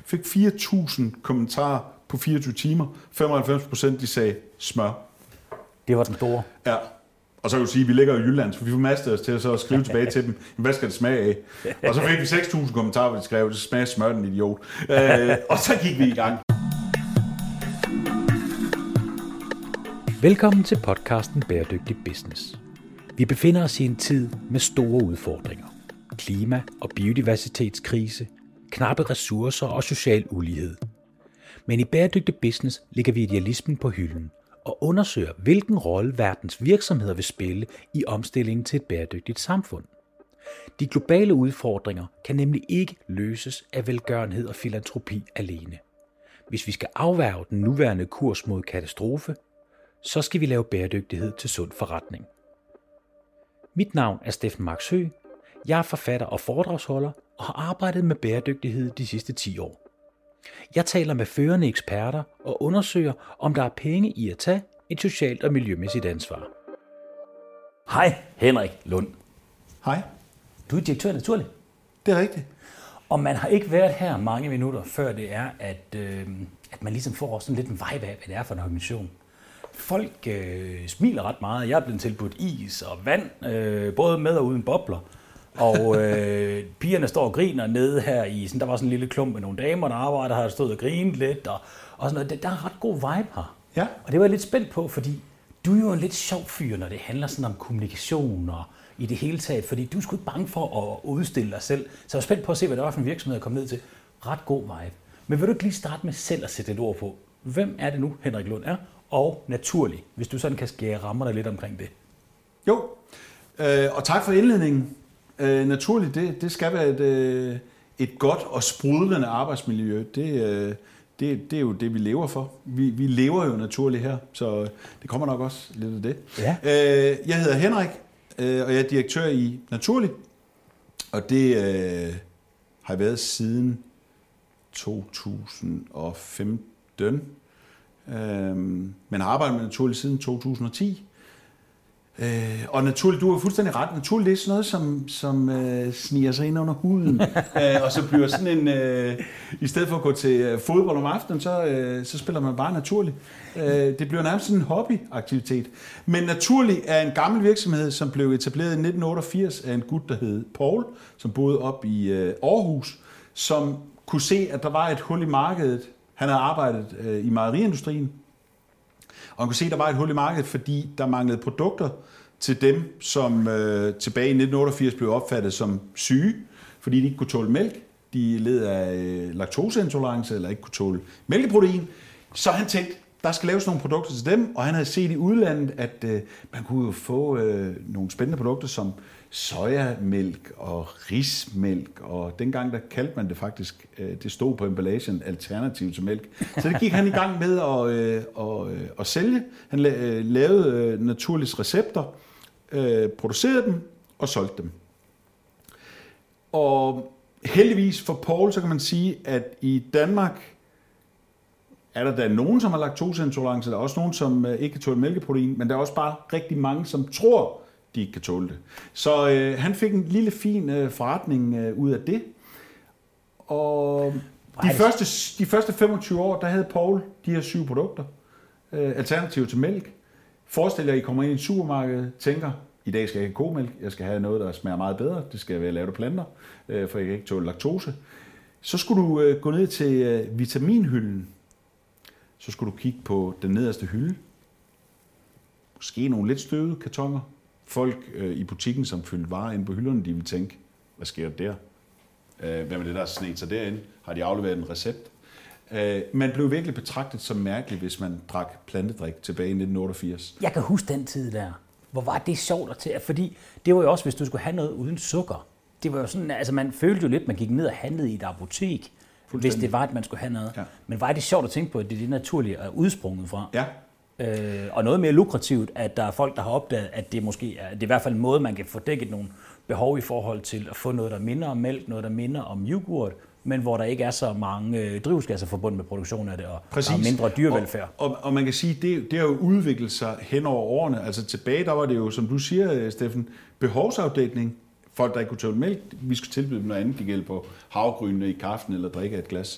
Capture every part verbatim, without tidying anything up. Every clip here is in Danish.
fik fire tusind kommentarer på fireogtyve timer. femoghalvfems procent de sagde smør. Det var den store. Ja. Og så kan du sige, at vi ligger i Jylland, så vi får masser os til at, så at skrive tilbage til dem, hvad skal det smage af? Og så fik vi seks tusind kommentarer, hvor de skrev, det smager smør, den idiot. Øh, og så gik vi i gang. Velkommen til podcasten Bæredygtig Business. Vi befinder os i en tid med store udfordringer. Klima- og biodiversitetskrise, knappe ressourcer og social ulighed. Men i Bæredygtig Business ligger vi idealismen på hylden og undersøger, hvilken rolle verdens virksomheder vil spille i omstillingen til et bæredygtigt samfund. De globale udfordringer kan nemlig ikke løses af velgørenhed og filantropi alene. Hvis vi skal afværge den nuværende kurs mod katastrofe, så skal vi lave bæredygtighed til sund forretning. Mit navn er Steffen Marx Høgh. Jeg er forfatter og foredragsholder og har arbejdet med bæredygtighed de sidste ti år. Jeg taler med førende eksperter og undersøger, om der er penge i at tage et socialt og miljømæssigt ansvar. Hej, Henrik Lund. Hej. Du er direktør Naturlig. Det er rigtigt. Og man har ikke været her mange minutter, før det er, at, øh, at man ligesom får sådan lidt en vibe af, hvad det er for en organisation. Folk øh, smiler ret meget. Jeg er blevet tilbudt is og vand, øh, både med og uden bobler. Og øh, pigerne står og griner nede her i, sådan, der var sådan en lille klump med nogle damer, der arbejder her, der stod og grinede lidt. Og, og sådan noget. Der, der er ret god vibe her. Ja. Og det var jeg lidt spændt på, fordi du er jo en lidt sjov fyr, når det handler sådan om kommunikation og i det hele taget. Fordi du er sgu ikke bange for at udstille dig selv. Så jeg var spændt på at se, hvad det var for en virksomhed, jeg kom ned til. Ret god vibe. Men vil du ikke lige starte med selv at sætte et ord på? Hvem er det nu, Henrik Lund er? Og Naturlig, hvis du sådan kan skære rammerne lidt omkring det. Jo, øh, og tak for indledningen. Øh, Naturligt, det, det skal være et, øh, et godt og sprudlende arbejdsmiljø. Det, øh, det, det er jo det, vi lever for. Vi, vi lever jo naturligt her, så det kommer nok også lidt af det. Ja. Øh, jeg hedder Henrik, øh, og jeg er direktør i Naturlig, og det øh, har jeg været siden to tusind og femten. Øhm, men har arbejdet med Naturlig siden to tusind og ti. Øh, og Naturlig, du er fuldstændig ret. Naturlig, det er sådan noget, som, som øh, sniger sig ind under huden. øh, og så bliver sådan en... Øh, I stedet for at gå til fodbold om aftenen, så, øh, så spiller man bare Naturlig. Øh, det bliver nærmest sådan en hobbyaktivitet. Men Naturlig er en gammel virksomhed, som blev etableret i nitten otteogfirs af en gut, der hed Paul, som boede op i øh, Aarhus, som kunne se, at der var et hul i markedet. Han havde arbejdet øh, i mejeriindustrien, og han kunne se, at der var et hul i markedet, fordi der manglede produkter til dem, som øh, tilbage i nitten otteogfirs blev opfattet som syge, fordi de ikke kunne tåle mælk. De led af øh, laktoseintolerance eller ikke kunne tåle mælkeprotein. Så han tænkte, der skal laves nogle produkter til dem, og han havde set i udlandet, at øh, man kunne jo få øh, nogle spændende produkter som sojamælk og rismælk, og dengang der kaldte man det faktisk, det stod på emballagen, alternativ til mælk. Så det gik han i gang med at, at, at, at sælge. Han lavede Naturligs recepter, producerede dem og solgte dem. Og heldigvis for Paul, så kan man sige, at i Danmark er der da nogen, som har laktoseintolerance, der er også nogen, som ikke kan tåle mælkeprotein, men der er også bare rigtig mange, som tror, de ikke kan tåle det. Så øh, han fik en lille fin øh, forretning øh, ud af det. Og de første, de første femogtyve år, der havde Paul de her syv produkter. Øh, alternativ til mælk. Forestil jer, at I kommer ind i et supermarked, tænker, i dag skal jeg ikke have komælk, jeg skal have noget, der smager meget bedre, det skal være lavet af planter, øh, for jeg kan ikke tåle laktose. Så skulle du øh, gå ned til øh, vitaminhylden. Så skulle du kigge på den nederste hylde. Måske nogle lidt støvede kartoner. Folk øh, i butikken, som fyldte varer ind på hylderne, de ville tænke, hvad sker der der? Øh, hvem er det, der snedt sig derinde? Har de afleveret en recept? Øh, man blev virkelig betragtet som mærkelig, hvis man drak plantedrik tilbage i nitten otteogfirs. Jeg kan huske den tid der. Hvor var det sjovt at tage? Fordi det var jo også, hvis du skulle have noget uden sukker. Det var jo sådan, altså man følte jo lidt, man gik ned og handlede i et apotek, hvis det var, at man skulle have noget. Ja. Men var det sjovt at tænke på, at det er det naturlige er udsprunget fra? Ja. Øh, og noget mere lukrativt, at der er folk, der har opdaget, at det måske er, det er i hvert fald en måde, man kan få dækket nogle behov i forhold til at få noget, der minder om mælk, noget, der minder om yoghurt, men hvor der ikke er så mange øh, drivhusgasser forbundet med produktion af det, og der er mindre dyrevelfærd. Og, og, og man kan sige, det, det har jo udviklet sig hen over årene. Altså tilbage, der var det jo, som du siger, Steffen, behovsafdækning. Folk, der ikke kunne tåle mælk, vi skulle tilbyde dem noget andet. Det gælder på havgrynene i kaffen eller drikke af et glas.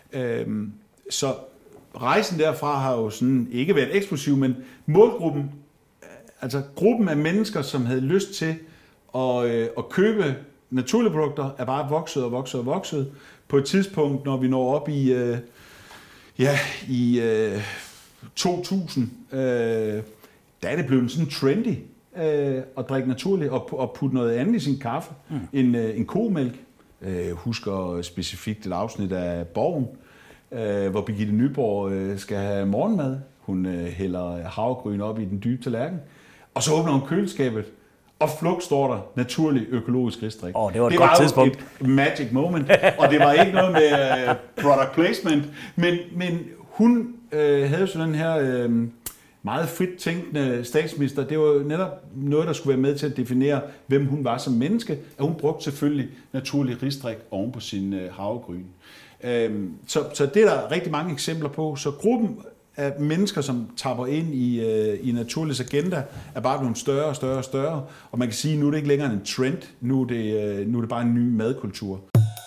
Øhm, så rejsen derfra har jo sådan ikke været eksplosiv, men målgruppen, altså gruppen af mennesker, som havde lyst til at, øh, at købe naturlige produkter, er bare vokset og vokset og vokset. På et tidspunkt, når vi når op i, øh, ja, i øh, to tusind, øh, der er det blevet sådan trendy øh, at drikke naturligt og, og putte noget andet i sin kaffe mm. end, øh, end komælk. Jeg husker specifikt et afsnit af Borgen, øh, hvor Birgitte Nyborg øh, skal have morgenmad. Hun øh, hælder havregryn op i den dybe tallerken, og så åbner hun køleskabet, og flugt står der naturlig økologisk risdrik. Oh, det var et det godt var tidspunkt. Et magic moment, og det var ikke noget med uh, product placement, men, men hun øh, havde sådan den her øh, meget frit tænkende statsminister. Det var netop noget, der skulle være med til at definere, hvem hun var som menneske, at hun brugte selvfølgelig naturlig risdrik oven på sin øh, havregryn. Øh, så, så det er der rigtig mange eksempler på. Så gruppen af mennesker, som tapper ind i, øh, i naturlig agenda, er bare blevet større og større og større. Og man kan sige, at nu er det ikke længere en trend, nu er det, øh, nu er det bare en ny madkultur.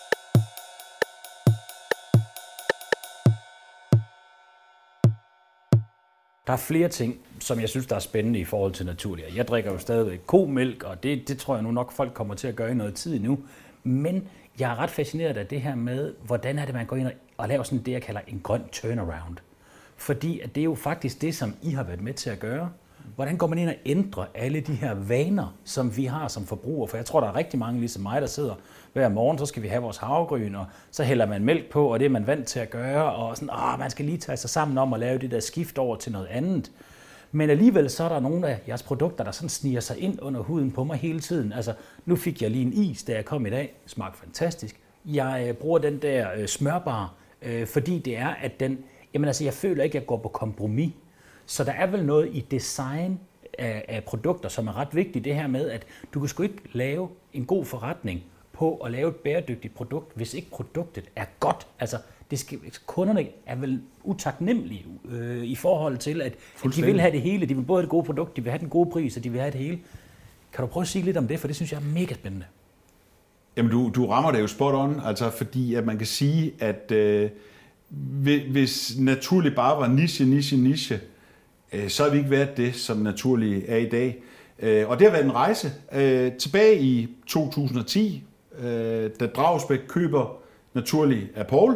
Der er flere ting, som jeg synes, der er spændende i forhold til naturligt. Jeg drikker jo stadigvæk komælk, og det, det tror jeg nu nok, folk kommer til at gøre i noget tid nu. Men jeg er ret fascineret af det her med, hvordan er det, man går ind og laver sådan det, jeg kalder en grøn turnaround. Fordi at det er jo faktisk det, som I har været med til at gøre. Hvordan går man ind og ændrer alle de her vaner, som vi har som forbrugere? For jeg tror, der er rigtig mange, ligesom mig, der sidder hver morgen, så skal vi have vores havregryn, og så hælder man mælk på, og det er man vant til at gøre, og sådan, åh, man skal lige tage sig sammen om at lave det der skift over til noget andet. Men alligevel så er der nogle af jeres produkter, der sådan sniger sig ind under huden på mig hele tiden. Altså, nu fik jeg lige en is, da jeg kom i dag. Smagte fantastisk. Jeg øh, bruger den der øh, smørbar, øh, fordi det er, at den, jamen altså, jeg føler ikke, at jeg går på kompromis. Så der er vel noget i design af, af produkter, som er ret vigtigt. Det her med, at du kan sgu ikke lave en god forretning på at lave et bæredygtigt produkt, hvis ikke produktet er godt. Altså, det skal, kunderne er vel utaknemmelige øh, i forhold til, at, at de vil have det hele. De vil både have det gode produkt, de vil have den gode pris, og de vil have det hele. Kan du prøve at sige lidt om det, for det synes jeg er mega spændende. Jamen, du, du rammer det jo spot on, altså fordi at man kan sige, at øh, hvis naturligt bare var niche, niche, niche, øh, så har vi ikke været det, som naturligt er i dag. Øh, og det har været en rejse. Øh, tilbage i to tusind og ti, øh, da Dragsbæk køber naturligt af Poul,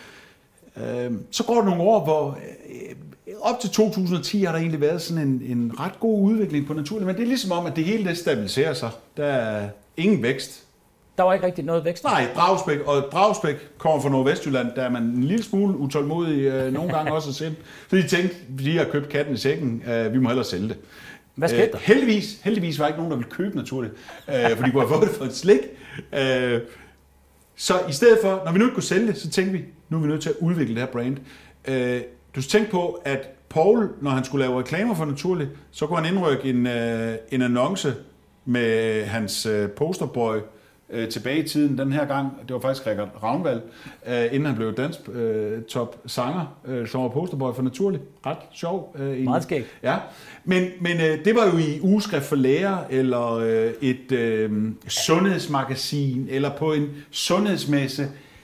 øh, så går der nogle år, hvor øh, op til to tusind og ti har der egentlig været sådan en, en ret god udvikling på naturligt, men det er ligesom om, at det hele det stabiliserer sig. Der er ingen vækst. Der var ikke rigtig noget vækst? Nej, Dragsbæk, og Dragsbæk kommer fra Nordvestjylland, der er man en lille smule utålmodig øh, nogle gange også at sætte. Så de tænkte, de har købt katten i sækken, øh, vi må hellere sælge det. Hvad skete der? Øh, heldigvis, heldigvis var ikke nogen, der ville købe naturligt, øh, for de kunne have fået det for et slik. Øh, så i stedet for, når vi nu ikke kunne sælge det, så tænkte vi, nu er vi nødt til at udvikle det her brand. Øh, du skal tænke på, at Poul, når han skulle lave reklamer for naturligt, så kunne han indrykke en, øh, en annonce med hans øh, posterboy øh, tilbage i tiden. Den her gang, det var faktisk Richard Ravnvald, øh, inden han blev dansk øh, top sanger, øh, som var posterboy for naturligt. Ret sjov. Øh, Meget skægt. Ja, men, men øh, det var jo i Ugeskrift for Læger, eller øh, et øh, sundhedsmagasin, eller på en sundhedsmesse.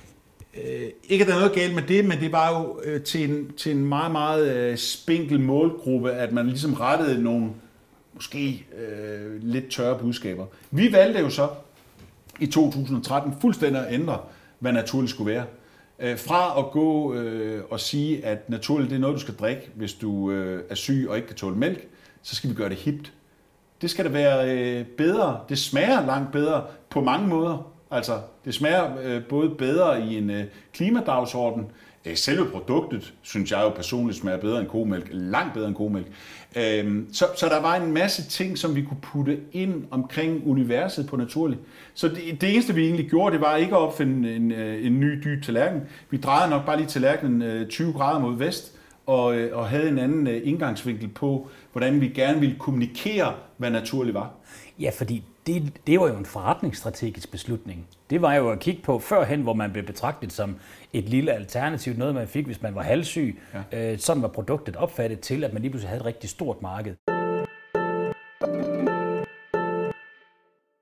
Øh, ikke at der er noget galt med det, men det var jo øh, til, en, til en meget, meget øh, spinkel målgruppe, at man ligesom rettede nogle måske øh, lidt tørre budskaber. Vi valgte jo så i to tusind og tretten fuldstændig at ændre, hvad naturligt skulle være. Øh, fra at gå øh, og sige, at naturligt det er noget, du skal drikke, hvis du øh, er syg og ikke kan tåle mælk, så skal vi gøre det hipt. Det skal da være øh, bedre. Det smager langt bedre på mange måder. Altså, det smager øh, både bedre i en øh, klimadagsorden. Øh, selve produktet, synes jeg jo personligt smager bedre end komælk. Langt bedre end komælk. Øh, så, så der var en masse ting, som vi kunne putte ind omkring universet på naturligt. Så det, det eneste, vi egentlig gjorde, det var ikke at opfinde en, en, en ny dyb tallerken. Vi drejede nok bare lige tallerkenen øh, tyve grader mod vest, og, øh, og havde en anden øh, indgangsvinkel på, hvordan vi gerne ville kommunikere, hvad naturligt var. Ja, fordi Det, det var jo en forretningsstrategisk beslutning. Det var jo at kigge på førhen, hvor man blev betragtet som et lille alternativ, noget man fik, hvis man var halvsyg. Ja. Øh, sådan var produktet opfattet til, at man lige pludselig havde et rigtig stort marked.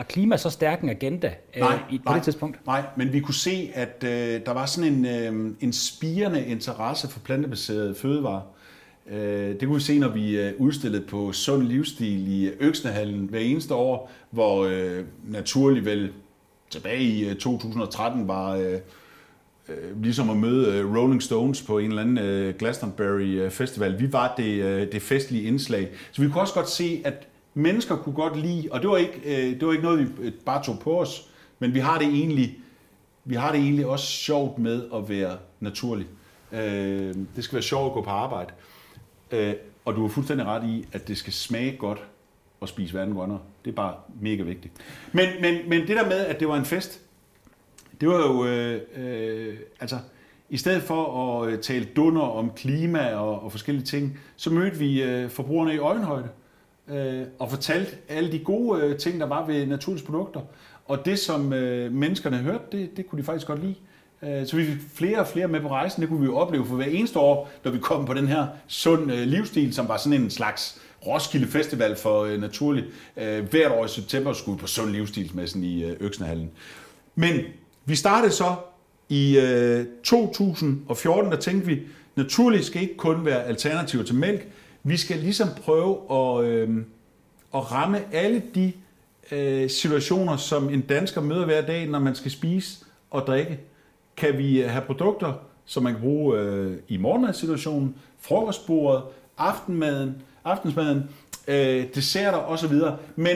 klima så stærk en agenda øh, nej, i, på nej, det tidspunkt? Nej, men vi kunne se, at øh, der var sådan en, øh, en spirende interesse for plantebaserede fødevarer. Øh, det kunne vi se, når vi øh, udstillede på Sund Livsstil i Øksnehallen hver eneste år, hvor øh, naturligt vel tilbage i øh, to tusind og tretten var øh, øh, ligesom at møde øh, Rolling Stones på en eller anden øh, Glastonbury Festival. Vi var det, øh, det festlige indslag. Så vi kunne også godt se, at mennesker kunne godt lide, og det var ikke, øh, det var ikke noget, vi bare tog på os, men vi har det egentlig, vi har det egentlig også sjovt med at være naturlig. Øh, det skal være sjovt at gå på arbejde. Øh, og du har fuldstændig ret i, at det skal smage godt at spise verden grønnere. Det er bare mega vigtigt. Men, men, men det der med, at det var en fest, det var jo, øh, øh, altså, i stedet for at tale dunder om klima og, og forskellige ting, så mødte vi øh, forbrugerne i øjenhøjde øh, og fortalte alle de gode øh, ting, der var ved naturlige produkter. Og det, som øh, menneskerne hørte, det, det kunne de faktisk godt lide. Øh, så vi fik flere og flere med på rejsen. Det kunne vi jo opleve for hver eneste år, når vi kom på den her sund øh, livsstil, som var sådan en slags Roskilde Festival for øh, naturligt. Øh, hvert år i september skulle vi på Sund Livsstilsmessen i øh, Øksnehallen. Men vi startede så i øh, to tusind og fjorten, der tænkte vi, naturligt skal ikke kun være alternativer til mælk. Vi skal ligesom prøve at, øh, at ramme alle de øh, situationer, som en dansker møder hver dag, når man skal spise og drikke. Kan vi have produkter, som man kan bruge øh, i morgenmadssituationen, frokostbordet, aftenmaden, aftensmaden, øh, desserter osv. Men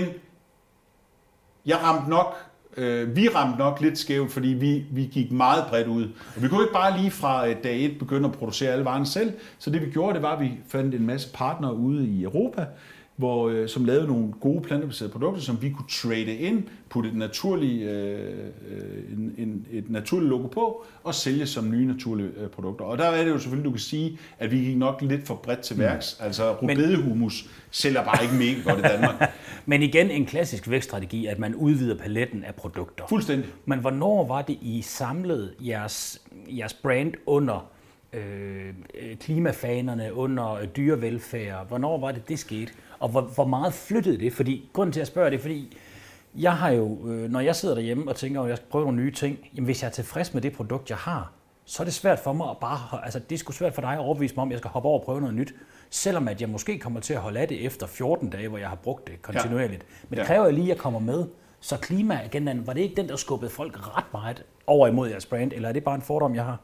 jeg ramte nok, øh, vi ramte nok lidt skævt, fordi vi, vi gik meget bredt ud. Og vi kunne ikke bare lige fra øh, dag et begynde at producere alle varerne selv. Så det vi gjorde, det var, at vi fandt en masse partnere ude i Europa, hvor, øh, som lavede nogle gode plantebaserede produkter, som vi kunne trade ind, putte et naturligt, øh, en, en, et naturligt logo på, og sælge som nye naturlige øh, produkter. Og der er det jo selvfølgelig, du kan sige, at vi gik nok lidt for bredt til værks. Mm. Altså rødbedehumus sælger bare ikke mega godt i Danmark. Men igen en klassisk vækststrategi, at man udvider paletten af produkter. Fuldstændig. Men hvornår var det, I samlede jeres, jeres brand under øh, klimafanerne, under dyrevelfærd? Hvornår var det, det skete? Og hvor, hvor meget flyttede det? Fordi, grunden til at spørge det er, fordi jeg har jo, øh, når jeg sidder derhjemme og tænker, at jeg skal prøve nogle nye ting, jamen hvis jeg er tilfreds med det produkt, jeg har, så er det svært for mig at bare, altså det er sgu svært for dig at overbevise mig om, at jeg skal hoppe over og prøve noget nyt, selvom at jeg måske kommer til at holde af det efter fjorten dage, hvor jeg har brugt det kontinuerligt. Ja. Men det kræver lige, at jeg kommer med. Så klimaagendaen, var det ikke den, der skubbede folk ret meget over imod jeres brand, eller er det bare en fordom, jeg har?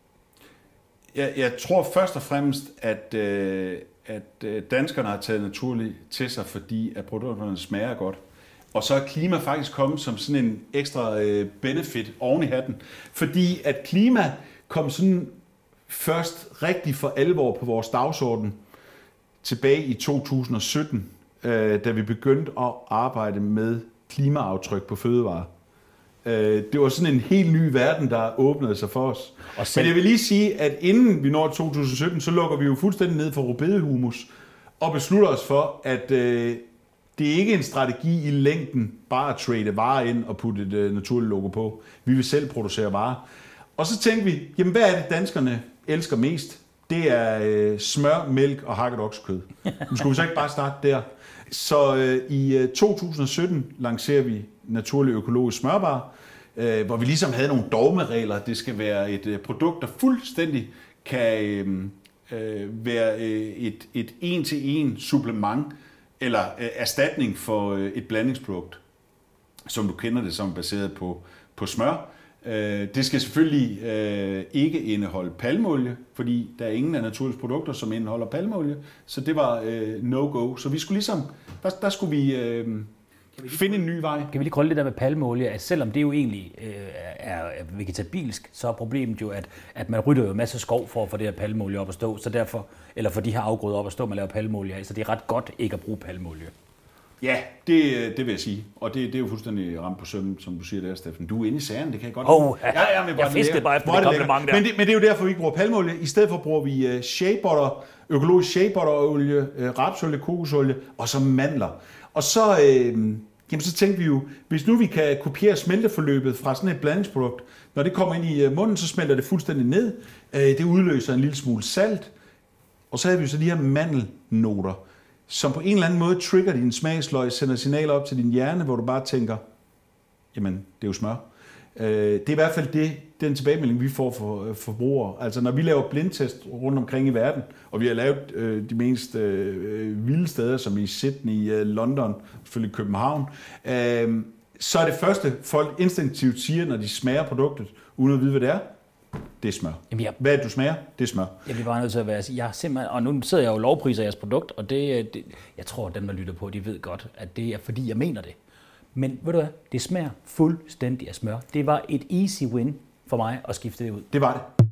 Jeg, jeg tror først og fremmest, at, øh, at danskerne har taget naturligt til sig, fordi at produkterne smager godt. Og så er klima faktisk kommet som sådan en ekstra øh, benefit oven i hatten. Fordi at klima kom sådan først rigtig for alvor på vores dagsorden tilbage i to tusind og sytten, øh, da vi begyndte at arbejde med klimaaftryk på fødevarer. Øh, det var sådan en helt ny verden, der åbnede sig for os. Og selv... Men jeg vil lige sige, at inden vi når to tusind og sytten, så lukker vi jo fuldstændig ned for rødbedehumus og beslutter os for, at øh, det er ikke en strategi i længden bare at trade varer ind og putte et øh, naturligt logo på. Vi vil selv producere varer. Og så tænkte vi, jamen hvad er det danskerne elsker mest? Det er øh, smør, mælk og hakket oksekød. Nu skulle vi så ikke bare starte der. Så øh, i øh, to tusind og sytten lancerer vi naturlig økologisk smørbar, øh, hvor vi ligesom havde nogle dogmeregler. Det skal være et øh, produkt, der fuldstændig kan øh, øh, være øh, et, et en-til-en supplement eller øh, erstatning for øh, et blandingsprodukt, som du kender det, som er baseret på, på smør. Øh, det skal selvfølgelig øh, ikke indeholde palmeolie, fordi der er ingen af naturlige produkter, som indeholder palmeolie, så det var øh, no-go. Så vi skulle ligesom, der, der skulle vi øh, finde en ny vej. Kan vi lige krølle det der med palmeolie, at selvom det jo egentlig øh, er vegetabilsk, så er problemet jo, at, at man rydder jo en masse skov for at få det her palmeolie op at stå, så derfor, eller for de her afgrøder op at stå, man laver palmeolie af, så det er ret godt ikke at bruge palmeolie. Ja, det, det vil jeg sige. Og det, det er jo fuldstændig ramt på sømmen, som du siger der, Steffen. Du er inde i sagen, det kan jeg godt lide. Oh, ja, ja, ja, jeg fiskede bare efter det kompliment der. Men det, men det er jo derfor, vi ikke bruger palmeolie. I stedet for bruger vi uh, shea butter, økologisk shea butterolie, uh, rapsolie, kokosolie og så mandler. Og så, øh, jamen, så tænkte vi jo, hvis nu vi kan kopiere smelteforløbet fra sådan et blandingsprodukt, når det kommer ind i munden, så smelter det fuldstændig ned. Uh, det udløser en lille smule salt. Og så havde vi jo så de her mandelnoter, som på en eller anden måde trigger din smagsløg, sender signaler op til din hjerne, hvor du bare tænker, jamen det er jo smør. Det er i hvert fald det, den tilbagemelding, vi får for forbrugere. Altså når vi laver blindtest rundt omkring i verden, og vi har lavet øh, de mest øh, vilde steder, som i Sydney, øh, London, selvfølgelig København, øh, så er det første, folk instinktivt siger, når de smager produktet, uden at vide, hvad det er, det er smør. Jamen, jeg... Hvad er det, du smager? Det er smør. Jeg bliver bare nødt til at være... Jeg simpelthen, og nu sidder jeg jo og lovpriser jeres produkt, og det, det, jeg tror, at dem, der lytter på, de ved godt, at det er, fordi jeg mener det. Men ved du hvad? Det smager fuldstændig af smør. Det var et easy win for mig at skifte det ud. Det var det.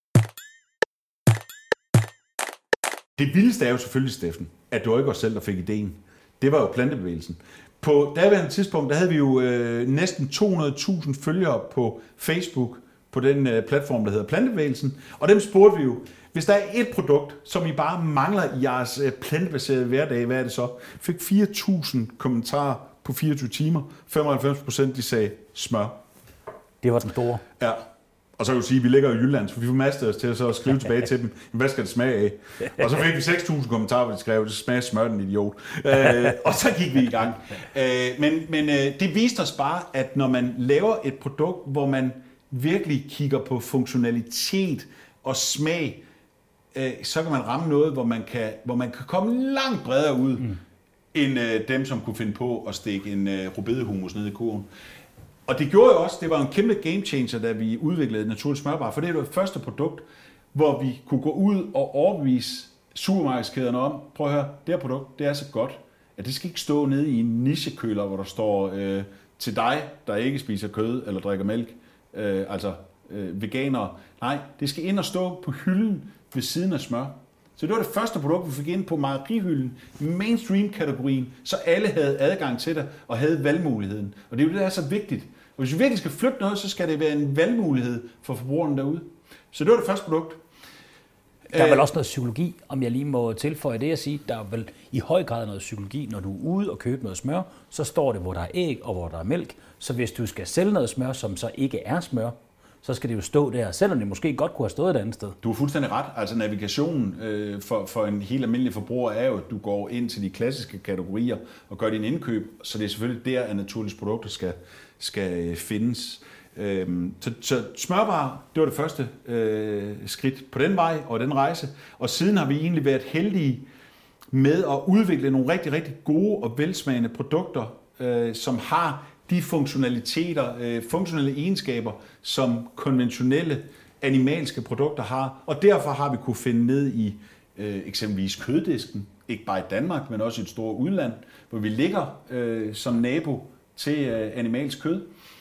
Det vildeste er jo selvfølgelig, Steffen, at du ikke var selv, der fik ideen. Det var jo plantebevægelsen. På daværende tidspunkt, der havde vi jo øh, næsten to hundrede tusind følgere på Facebook, på den øh, platform, der hedder Plantebevægelsen. Og dem spurgte vi jo, hvis der er et produkt, som I bare mangler i jeres øh, plantebaserede hverdag, hvad er det så? Fik fire tusind kommentarer på fireogtyve timer. femoghalvfems procent de sagde smør. Det var den store. Ja. Og så kan du sige, at vi ligger i Jylland, så vi får masser til at så skrive tilbage til dem, hvad skal det smage af? Og så fik vi seks tusind kommentarer, hvor de skrev, det smager smør, den idiot. Øh, og så gik vi i gang. Øh, men men øh, det viste os bare, at når man laver et produkt, hvor man virkelig kigger på funktionalitet og smag, øh, så kan man ramme noget, hvor man kan, hvor man kan komme langt bredere ud, mm. end øh, dem, som kunne finde på at stikke en øh, rødbedehummus ned i kurven. Og det gjorde jo også, det var en kæmpe game changer, da vi udviklede naturlig smørbar, for det var det første produkt, hvor vi kunne gå ud og overbevise supermarkedskæderne om, prøv at høre, det her produkt, det er så godt, at det skal ikke stå nede i en nichekøler, hvor der står øh, til dig, der ikke spiser kød eller drikker mælk, øh, altså øh, veganere. Nej, det skal ind og stå på hylden ved siden af smør. Så det var det første produkt, vi fik ind på mejerihylden, mainstream-kategorien, så alle havde adgang til det og havde valgmuligheden. Og det er jo det, der er så vigtigt. Og hvis vi virkelig skal flytte noget, så skal det være en valgmulighed for forbrugerne derude. Så det var det første produkt. Der er vel også noget psykologi, om jeg lige må tilføje det at sige. Der er vel i høj grad noget psykologi, når du er ude og køber noget smør, så står det, hvor der er æg og hvor der er mælk. Så hvis du skal sælge noget smør, som så ikke er smør, så skal det jo stå der, selvom det måske godt kunne have stået et andet sted. Du har fuldstændig ret. Altså navigationen øh, for, for en helt almindelig forbruger er jo, at du går ind til de klassiske kategorier og gør din indkøb, så det er selvfølgelig der, at naturlige produkter skal, skal findes. Øhm, så, så smørbar, det var det første øh, skridt på den vej og den rejse, og siden har vi egentlig været heldige med at udvikle nogle rigtig, rigtig gode og velsmagende produkter, øh, som har de funktionaliteter, øh, funktionelle egenskaber, som konventionelle animalske produkter har. Og derfor har vi kunne finde ned i øh, eksempelvis køddisken, ikke bare i Danmark, men også i et stort udland, hvor vi ligger øh, som nabo til øh, animalsk kød.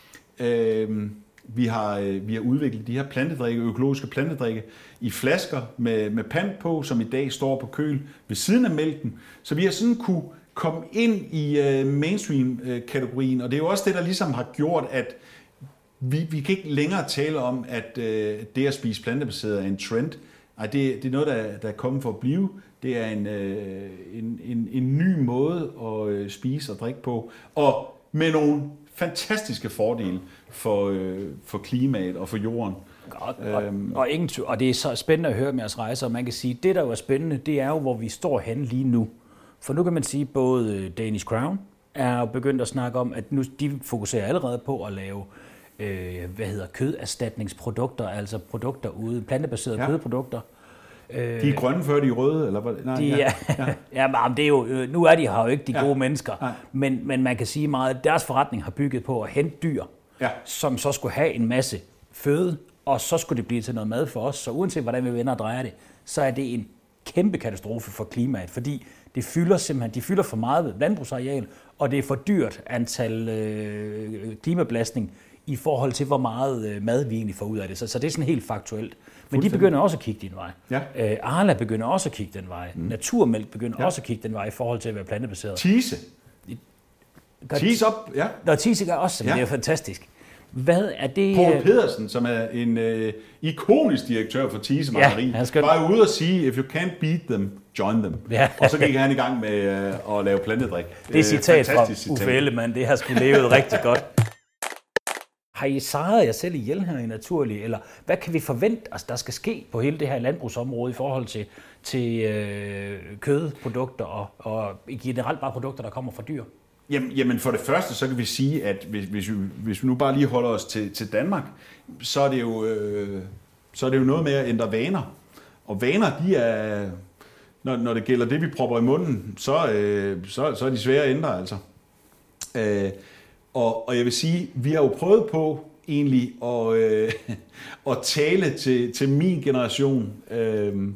Øh, vi, har, øh, vi har udviklet de her plantedrikke, økologiske plantedrikke, i flasker med, med pant på, som i dag står på køl ved siden af mælken. Så vi har sådan kunne komme ind i øh, mainstream-kategorien, og det er jo også det, der ligesom har gjort, at vi, vi kan ikke længere tale om, at øh, det at spise plantebaseret er en trend. Nej, det, det er noget, der, der er kommet for at blive. Det er en, øh, en, en, en ny måde at øh, spise og drikke på, og med nogle fantastiske fordele for, øh, for klimaet og for jorden. Og, og, og, ingen, og det er så spændende at høre med jeres rejser, og man kan sige, at det, der jo er spændende, det er jo, hvor vi står henne lige nu. For nu kan man sige, at både Danish Crown er begyndt at snakke om, at nu de fokuserer allerede på at lave øh, hvad hedder, køderstatningsprodukter, altså produkter ude, plantebaserede ja. kødprodukter. De er grønne før de er røde, eller hvad? Nej, de, ja. Ja, ja. ja, men det er jo, nu er de her jo ikke de ja. gode mennesker, men, men man kan sige meget, at deres forretning har bygget på at hente dyr, ja. som så skulle have en masse føde, og så skulle det blive til noget mad for os. Så uanset hvordan vi vender og drejer det, så er det en kæmpe katastrofe for klimaet, fordi det fylder simpelthen, de fylder for meget landbrugsareal, og det er for dyrt antal øh, klimabelastning i forhold til, hvor meget øh, mad vi egentlig får ud af det. Så, så det er sådan helt faktuelt. Men de begynder også at kigge din vej. Ja. Øh, Arla begynder også at kigge den vej. Mm. Naturmælk begynder ja. også at kigge den vej i forhold til at være plantebaseret. Tise. Tise op, ja. Nå, Tise gør også, men ja. det er fantastisk. Hvad er det? Poul Pedersen, som er en øh, ikonisk direktør for Tise Mejeri, ja, var jo ude at sige, if you can't beat them, join them. Ja. Og så gik han i gang med øh, at lave plantedrik. Det er citat fra Uffe Ellemann, det har sgu levet rigtig godt. Har I sejret jer selv ihjel her i Naturlig, eller hvad kan vi forvente, altså, der skal ske på hele det her landbrugsområde i forhold til, til øh, kødprodukter og, og generelt bare produkter, der kommer fra dyr? Jamen, jamen for det første, så kan vi sige, at hvis, hvis, vi, hvis vi nu bare lige holder os til, til Danmark, så er, det jo, øh, så er det jo noget med at ændre vaner. Og vaner, de er, når, når det gælder det, vi propper i munden, så, øh, så, så er de svære at ændre, altså. Øh, og, og jeg vil sige, vi har jo prøvet på egentlig at, øh, at tale til, til min generation. Øh,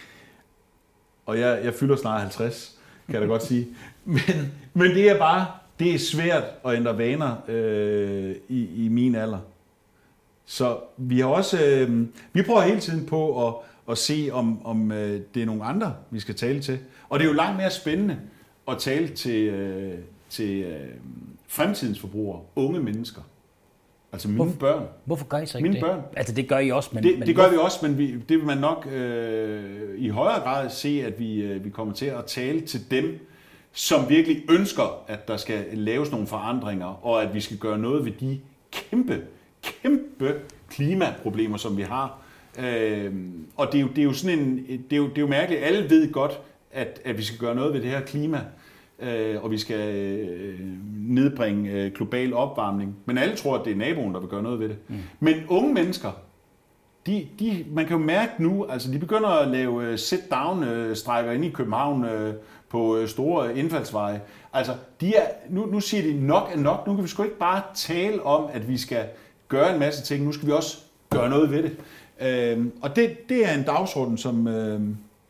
og jeg, jeg fylder snart halvtreds, kan jeg da godt sige. Men, men det er bare, det er svært at ændre vaner øh, i, i min alder. Så vi har også, øh, vi prøver hele tiden på at, at se, om, om øh, det er nogle andre, vi skal tale til. Og det er jo langt mere spændende at tale til, øh, til øh, fremtidens forbrugere, unge mennesker. Altså mine Hvorfor, børn. Hvorfor gør I så ikke mine det? Børn. Altså det gør I også, men... Det, men det gør hvorfor? vi også, men vi, det vil man nok øh, i højere grad se, at vi, øh, vi kommer til at tale til dem, som virkelig ønsker, at der skal laves nogle forandringer, og at vi skal gøre noget ved de kæmpe, kæmpe klimaproblemer, som vi har. Øh, og det er, jo, det er jo sådan en, det er jo, det er jo mærkeligt. Alle ved godt, at, at vi skal gøre noget ved det her klima, øh, og vi skal øh, nedbringe øh, global opvarmning. Men alle tror, at det er naboen, der vil gøre noget ved det. Mm. Men unge mennesker, de, de, man kan jo mærke nu, altså de begynder at lave uh, sit-down-strækker inde i København uh, på uh, store indfaldsveje. Altså, de er, nu, nu siger de nok er nok. Nu kan vi sgu ikke bare tale om, at vi skal gøre en masse ting. Nu skal vi også gøre noget ved det. Uh, og det, det er en dagsorden, som, uh,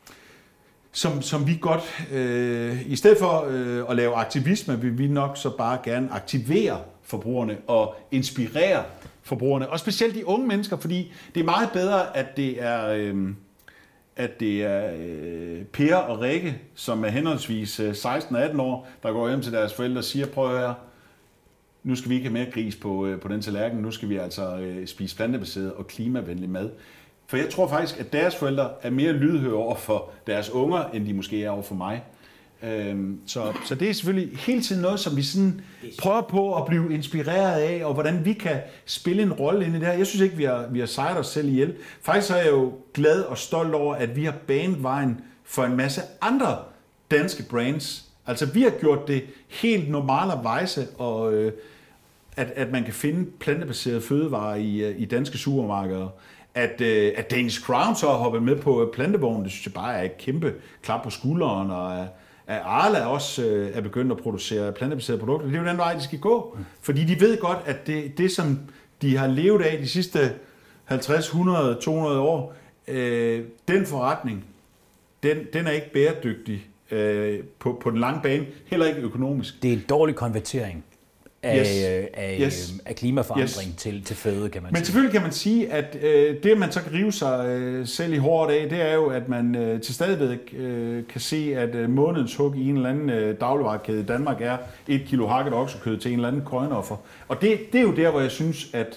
som, som vi godt, uh, i stedet for uh, at lave aktivisme, vil vi nok så bare gerne aktivere forbrugerne og inspirere forbrugerne, og specielt de unge mennesker, fordi det er meget bedre, at det er, øh, at det er øh, Per og Rikke, som er henholdsvis øh, seksten og atten år, der går hjem til deres forældre og siger, prøv at høre, nu skal vi ikke have mere gris på, øh, på den tallerken, nu skal vi altså øh, spise plantebaseret og klimavenlig mad. For jeg tror faktisk, at deres forældre er mere lydhøre over for deres unger, end de måske er over for mig. Så, så det er selvfølgelig hele tiden noget, som vi sådan prøver på at blive inspireret af, og hvordan vi kan spille en rolle inde i det her. Jeg synes ikke, vi har, vi har sejret os selv ihjel. Faktisk er jeg jo glad og stolt over, at vi har banet vejen for en masse andre danske brands. Altså vi har gjort det helt normalerweise, og øh, at, at man kan finde plantebaserede fødevarer i, i danske supermarkeder. At, øh, at Danish Crown så har hoppet med på plantevognen, det synes jeg bare er et kæmpe klap på skulderen, og at Arla også øh, er begyndt at producere plantebaserede produkter. Det er jo den vej, de skal gå. Fordi de ved godt, at det, det som de har levet af de sidste halvtreds, hundrede, to hundrede år, øh, den forretning, den, den er ikke bæredygtig øh, på, på den lange bane, heller ikke økonomisk. Det er en dårlig konvertering af, yes. af, yes. af klimaforandring yes. til, til føde, kan man Men sige. Selvfølgelig kan man sige, at øh, det, man så kan rive sig øh, selv i håret af, det er jo, at man øh, til stadigvæk øh, kan se, at øh, månedens hug i en eller anden øh, dagligvarekæde i Danmark er et kilo hakket oksekød til en eller anden køjenoffer. Og det, det er jo der, hvor jeg synes, at,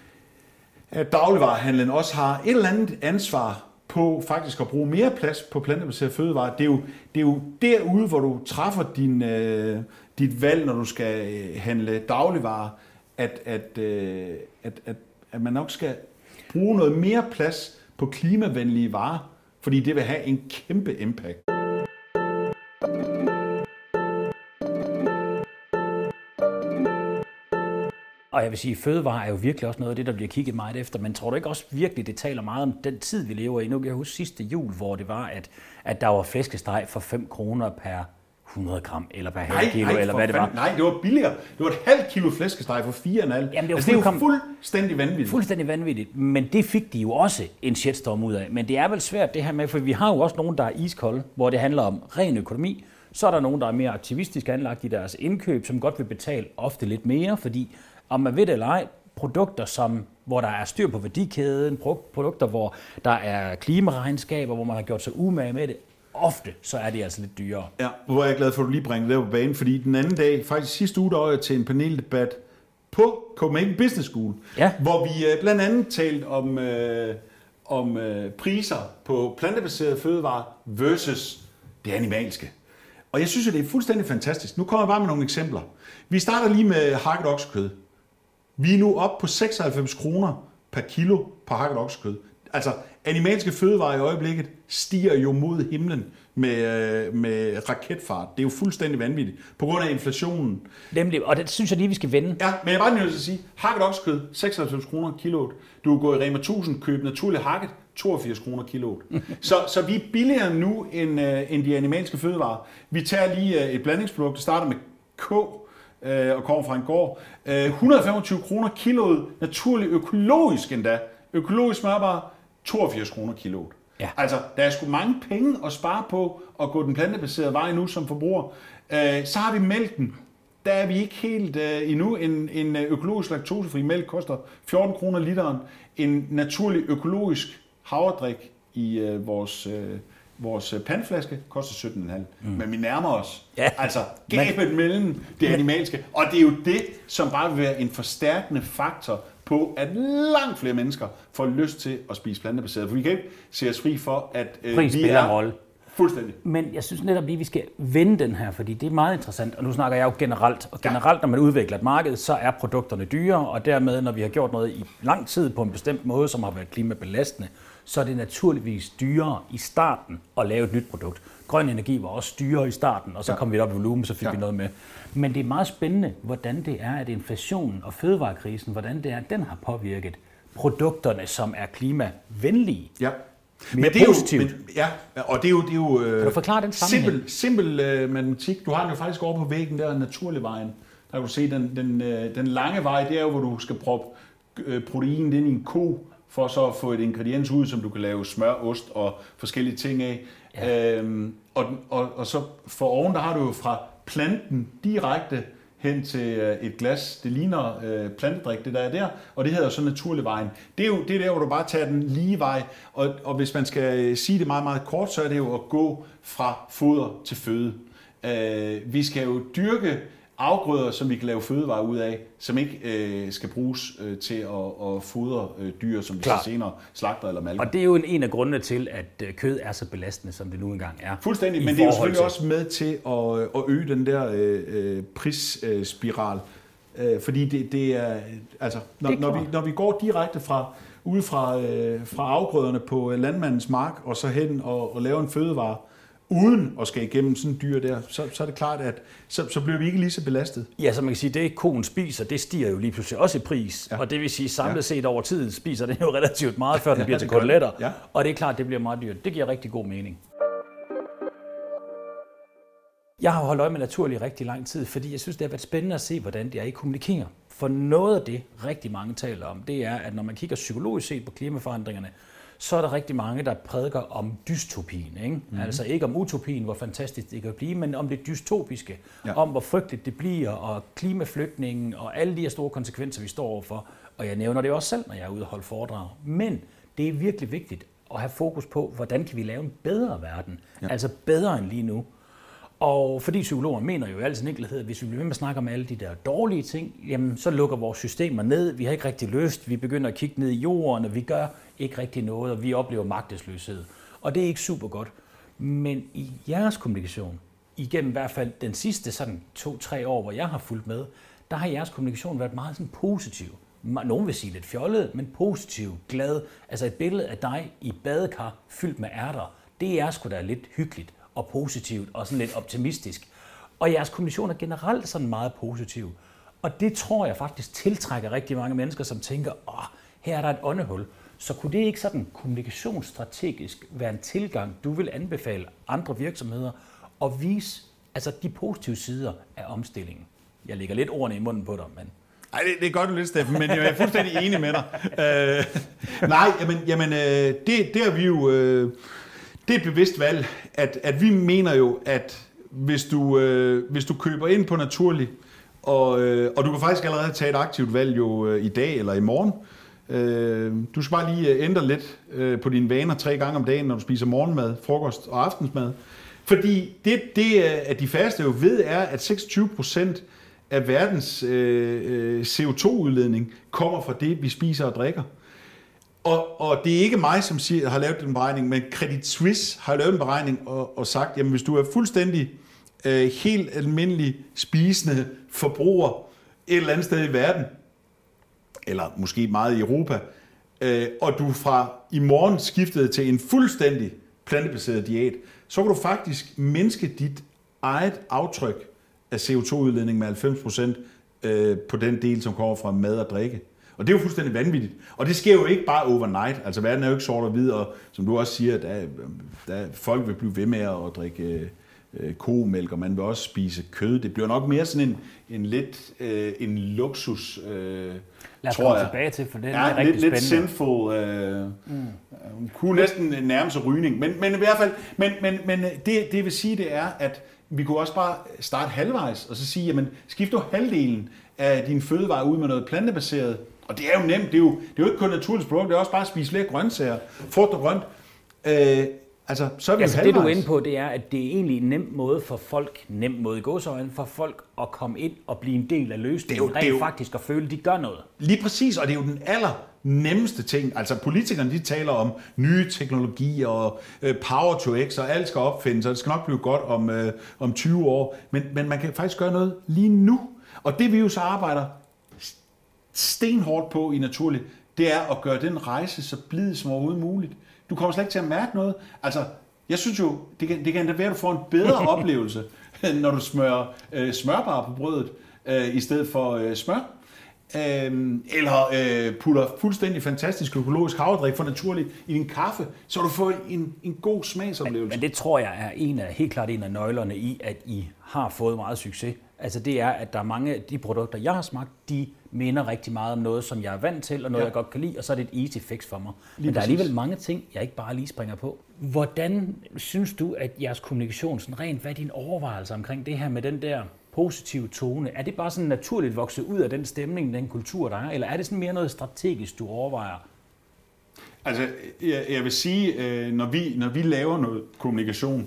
at dagligvarehandlen også har et eller andet ansvar på faktisk at bruge mere plads på plantebaserede fødevarer. Det er jo, det er jo derude, hvor du træffer din... Øh, dit valg, når du skal handle dagligvarer, at, at, at, at, at man nok skal bruge noget mere plads på klimavenlige varer, fordi det vil have en kæmpe impact. Og jeg vil sige, at fødevarer er jo virkelig også noget af det, der bliver kigget meget efter, men tror du ikke også virkelig, det taler meget om den tid, vi lever i? Nu kan jeg huske sidste jul, hvor det var, at, at der var flæskesteg for fem kroner per hundrede gram, eller per halv kilo, nej, eller hvad det var. Nej, det var billigere. Det var et halvt kilo flæskesteg for fire komma fem. Jamen, det, altså, det er jo fuldstændig vanvittigt. Fuldstændig vanvittigt, men det fik de jo også en shitstorm ud af. Men det er vel svært det her med, for vi har jo også nogen, der er iskolde, hvor det handler om ren økonomi. Så er der nogen, der er mere aktivistisk anlagt i deres indkøb, som godt vil betale ofte lidt mere, fordi om man ved det eller ej, produkter, som, hvor der er styr på værdikæden, produkter, hvor der er klimaregnskaber, hvor man har gjort sig umage med det, ofte så er det altså lidt dyrere. Ja, hvor er jeg glad for, at du lige bringer det på banen, fordi den anden dag, faktisk sidste uge, der var jeg til en paneldebat på Copenhagen Business School, ja. hvor vi blandt andet talte om, øh, om øh, priser på plantebaserede fødevarer versus det animalske. Og jeg synes, at det er fuldstændig fantastisk. Nu kommer jeg bare med nogle eksempler. Vi starter lige med hakket oksekød. Vi er nu oppe på seksoghalvfems kroner per kilo på hakket oksekød. Altså, animalske fødevarer i øjeblikket stiger jo mod himlen med, med raketfart. Det er jo fuldstændig vanvittigt, på grund af inflationen. Nemlig, og det synes jeg lige, vi skal vende. Ja, men jeg er bare nødt til at sige, hakket oksekød, seksoghalvfems kroner kiloet. Du går i Rema tusind, køb naturligt hakket, toogfirs kroner kiloet. så, så vi er billigere nu end, end de animalske fødevarer. Vi tager lige et blandingsprodukt, det starter med K, og kommer fra en gård. et hundrede og femogtyve kroner kiloet, naturligt økologisk endda. Økologisk smørbar, toogfirs kroner kiloet. Ja. Altså, der er sgu mange penge at spare på at gå den plantebaserede vej nu som forbruger. Så har vi mælken. Der er vi ikke helt endnu. En, en økologisk laktosefri mælk koster fjorten kroner literen. En naturlig økologisk havredrik i vores... Vores pandeflaske koster sytten komma fem. Mm. Men vi nærmer os. Ja. Altså gabet mellem det animalske. Og det er jo det, som bare vil være en forstærkende faktor på, at langt flere mennesker får lyst til at spise plantebaseret. For vi kan ikke se os fri for, at øh, Pris vi er rolle. Fuldstændig. Men jeg synes netop lige, vi skal vende den her, fordi det er meget interessant. Og nu snakker jeg jo generelt. Og generelt, når man udvikler et marked, så er produkterne dyre. Og dermed, når vi har gjort noget i lang tid på en bestemt måde, som har været klimabelastende, så er det naturligvis dyrere i starten at lave et nyt produkt. Grøn energi var også dyrere i starten, og så ja. kom vi op i volumen, så fik ja. vi noget med. Men det er meget spændende, hvordan det er, at inflationen og fødevarekrisen, hvordan det er, at den har påvirket produkterne, som er klimavenlige. Ja. Men det er positivt. Jo, men, ja, og det er jo... Det er jo øh, kan du forklare den sammenhæng? Simpel, simpel øh, matematik. Du har den jo faktisk over på væggen der, naturlig vejen. Der kan du se, den, den, øh, den lange vej, det er jo, hvor du skal proppe øh, proteinen ind i en ko, for så at få et ingrediens ud, som du kan lave smør, ost og forskellige ting af. Ja. Øhm, og, og, og så for oven, der har du jo fra planten direkte hen til et glas. Det ligner øh, plantedrik, det der er der, og det hedder så naturlig vejen. Det er jo det er der, hvor du bare tager den lige vej, og, og hvis man skal sige det meget, meget kort, så er det jo at gå fra foder til føde. Øh, vi skal jo dyrke afgrøder, som vi kan lave fødevarer ud af, som ikke øh, skal bruges øh, til at, at fodre øh, dyr, som vi så senere slagter eller malker. Og det er jo en, en af grundene til, at kød er så belastende, som det nu engang er. Fuldstændig, men det er jo selvfølgelig til... også med til at, at øge den der øh, prisspiral. Øh, fordi det, det er, altså, når, det er når, vi, når vi går direkte fra, ude fra, øh, fra afgrøderne på landmandens mark, og så hen og, og lave en fødevare, uden at skal igennem sådan en dyr der, så, så er det klart, at så, så bliver vi ikke lige så belastet. Ja, så man kan sige, at det koen spiser, det stiger jo lige pludselig også i pris. Ja. Og det vil sige, samlet ja. set over tid spiser det jo relativt meget, før den ja, bliver til koteletter. Ja. Og det er klart, at det bliver meget dyrt. Det giver rigtig god mening. Jeg har holdt øje med naturlig rigtig lang tid, fordi jeg synes, det har været spændende at se, hvordan det er, I kommunikerer. For noget af det, rigtig mange taler om, det er, at når man kigger psykologisk set på klimaforandringerne, så er der rigtig mange, der prædiker om dystopien. Ikke? Mm-hmm. Altså ikke om utopien, hvor fantastisk det kan blive, men om det dystopiske, ja. om hvor frygteligt det bliver, og klimaflygtningen, og alle de her store konsekvenser, vi står overfor. Og jeg nævner det også selv, når jeg er ude og holde foredrag. Men det er virkelig vigtigt at have fokus på, hvordan kan vi lave en bedre verden? Ja. Altså bedre end lige nu. Og fordi psykologer mener jo i al sin enkelhed, at hvis vi bliver ved med at snakke om alle de der dårlige ting, jamen så lukker vores systemer ned, vi har ikke rigtig lyst, vi begynder at kigge ned i jorden, og vi gør ikke rigtig noget, og vi oplever magtesløshed. Og det er ikke super godt. Men i jeres kommunikation, igennem i hvert fald den sidste sådan to-tre år, hvor jeg har fulgt med, der har jeres kommunikation været meget sådan positiv. Nogen vil sige lidt fjollet, men positiv, glad. Altså et billede af dig i badekar fyldt med ærter, det er sgu da lidt hyggeligt og positivt og sådan lidt optimistisk. Og jeres kommunikation er generelt sådan meget positiv. Og det tror jeg faktisk tiltrækker rigtig mange mennesker, som tænker, åh, her er der et åndehul. Så kunne det ikke sådan kommunikationsstrategisk være en tilgang, du vil anbefale andre virksomheder at vise altså de positive sider af omstillingen? Jeg lægger lidt ordene i munden på dig, men... Nej, det, det er godt, du lidt, Steffen, men jeg er fuldstændig enig med dig. Øh, nej, jamen, jamen øh, det, det er vi jo... Øh, det er et bevidst valg, at, at vi mener jo, at hvis du, øh, hvis du køber ind på naturlig, og, øh, og du kan faktisk allerede tage et aktivt valg jo øh, i dag eller i morgen. Øh, du skal bare lige ændre lidt øh, på dine vaner tre gange om dagen, når du spiser morgenmad, frokost og aftensmad. Fordi det, det at de færreste jo ved, er, at seksogtyve procent af verdens øh, C O to udledning kommer fra det, vi spiser og drikker. Og, og det er ikke mig, som siger, har lavet den beregning, men Credit Suisse har lavet en beregning og, og sagt, jamen hvis du er fuldstændig øh, helt almindelig spisende forbruger et eller andet sted i verden, eller måske meget i Europa, øh, og du fra i morgen skiftede til en fuldstændig plantebaseret diæt, så kan du faktisk mindske dit eget aftryk af C O to udledning med halvfems procent øh, på den del, som kommer fra mad og drikke. Og det er jo fuldstændig vanvittigt. Og det sker jo ikke bare overnight. Altså verden er jo ikke sort og hvid, og som du også siger, der, der folk vil blive ved med at drikke øh, komælk, og man vil også spise kød. Det bliver nok mere sådan en, en lidt øh, en luksus, øh, Lad os tror komme jeg. tilbage til, for det er Ja, rigtig lidt, spændende. lidt sinful. Øh, mm. Kunne næsten nærme sig rygning. Men, men i hvert fald, men, men, men det, det vil sige, det er, at vi kunne også bare starte halvvejs, og så sige, jamen skift du halvdelen af din fødevare ud med noget plantebaseret. Og det er jo nemt, det er jo, det er jo ikke kun naturligt produkt, det er også bare at spise flere grøntsager, frugt og grønt. Øh, altså, så er vi altså, jo det du er halvvejs. inde på, det er, at det er egentlig en nem måde for folk, nem måde i gåseøjne, for folk at komme ind og blive en del af løsningen, Det er jo- det er rent jo- faktisk at føle, at de gør noget. Lige præcis, og det er jo den aller nemmeste ting. Altså politikerne, de taler om nye teknologier og øh, power to x, og alt skal opfindes, og det skal nok blive godt om, øh, om tyve år. Men, men man kan faktisk gøre noget lige nu. Og det vi jo så arbejder stenhårdt på i Naturligt, det er at gøre den rejse så blid som overhovedet muligt. Du kommer slet ikke til at mærke noget. Altså, jeg synes jo, det kan, det kan da være, at du får en bedre oplevelse, når du smører øh, smørbar på brødet, øh, i stedet for øh, smør. Øh, eller øh, putter fuldstændig fantastisk økologisk havredrik for Naturligt i din kaffe, så du får en, en god smagsoplevelse. Men det tror jeg er en af, helt klart en af nøglerne i, at I har fået meget succes. Altså det er, at der er mange af de produkter, jeg har smagt, de minder rigtig meget om noget, som jeg er vant til, og noget, Ja. jeg godt kan lide, og så er det et easy fix for mig. Lige Men der er præcis. alligevel mange ting, jeg ikke bare lige springer på. Hvordan synes du, at jeres kommunikation, sådan rent, hvad er dine overvejelser omkring det her med den der positive tone? Er det bare sådan naturligt vokset ud af den stemning, den kultur, der er, eller er det sådan mere noget strategisk, du overvejer? Altså, jeg, jeg vil sige, øh, når, vi, når vi laver noget kommunikation,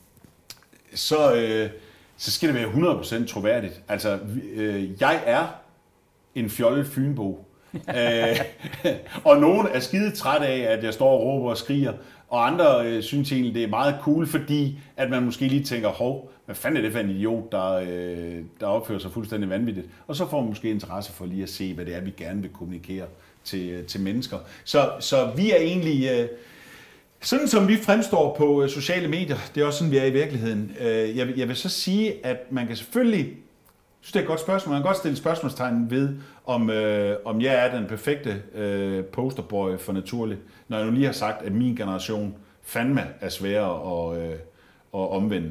så, øh, så skal det være hundrede procent troværdigt. Altså, vi- øh, jeg er en fjollet fynbo. øh, og nogen er skide træt af, at jeg står og råber og skriger, og andre øh, synes egentlig, det er meget cool, fordi at man måske lige tænker, hov, hvad fanden er det for en idiot, der, øh, der opfører sig fuldstændig vanvittigt? Og så får man måske interesse for lige at se, hvad det er, vi gerne vil kommunikere til, til mennesker. Så, så vi er egentlig, øh, sådan som vi fremstår på øh, sociale medier, det er også sådan, vi er i virkeligheden. Øh, jeg, vil- jeg vil så sige, at man kan selvfølgelig, jeg synes, det er et godt spørgsmål, man kan godt stille spørgsmålstegn ved, om, øh, om jeg er den perfekte øh, posterboy for Naturligt, når jeg nu lige har sagt, at min generation fandme er sværere at, øh, at omvende.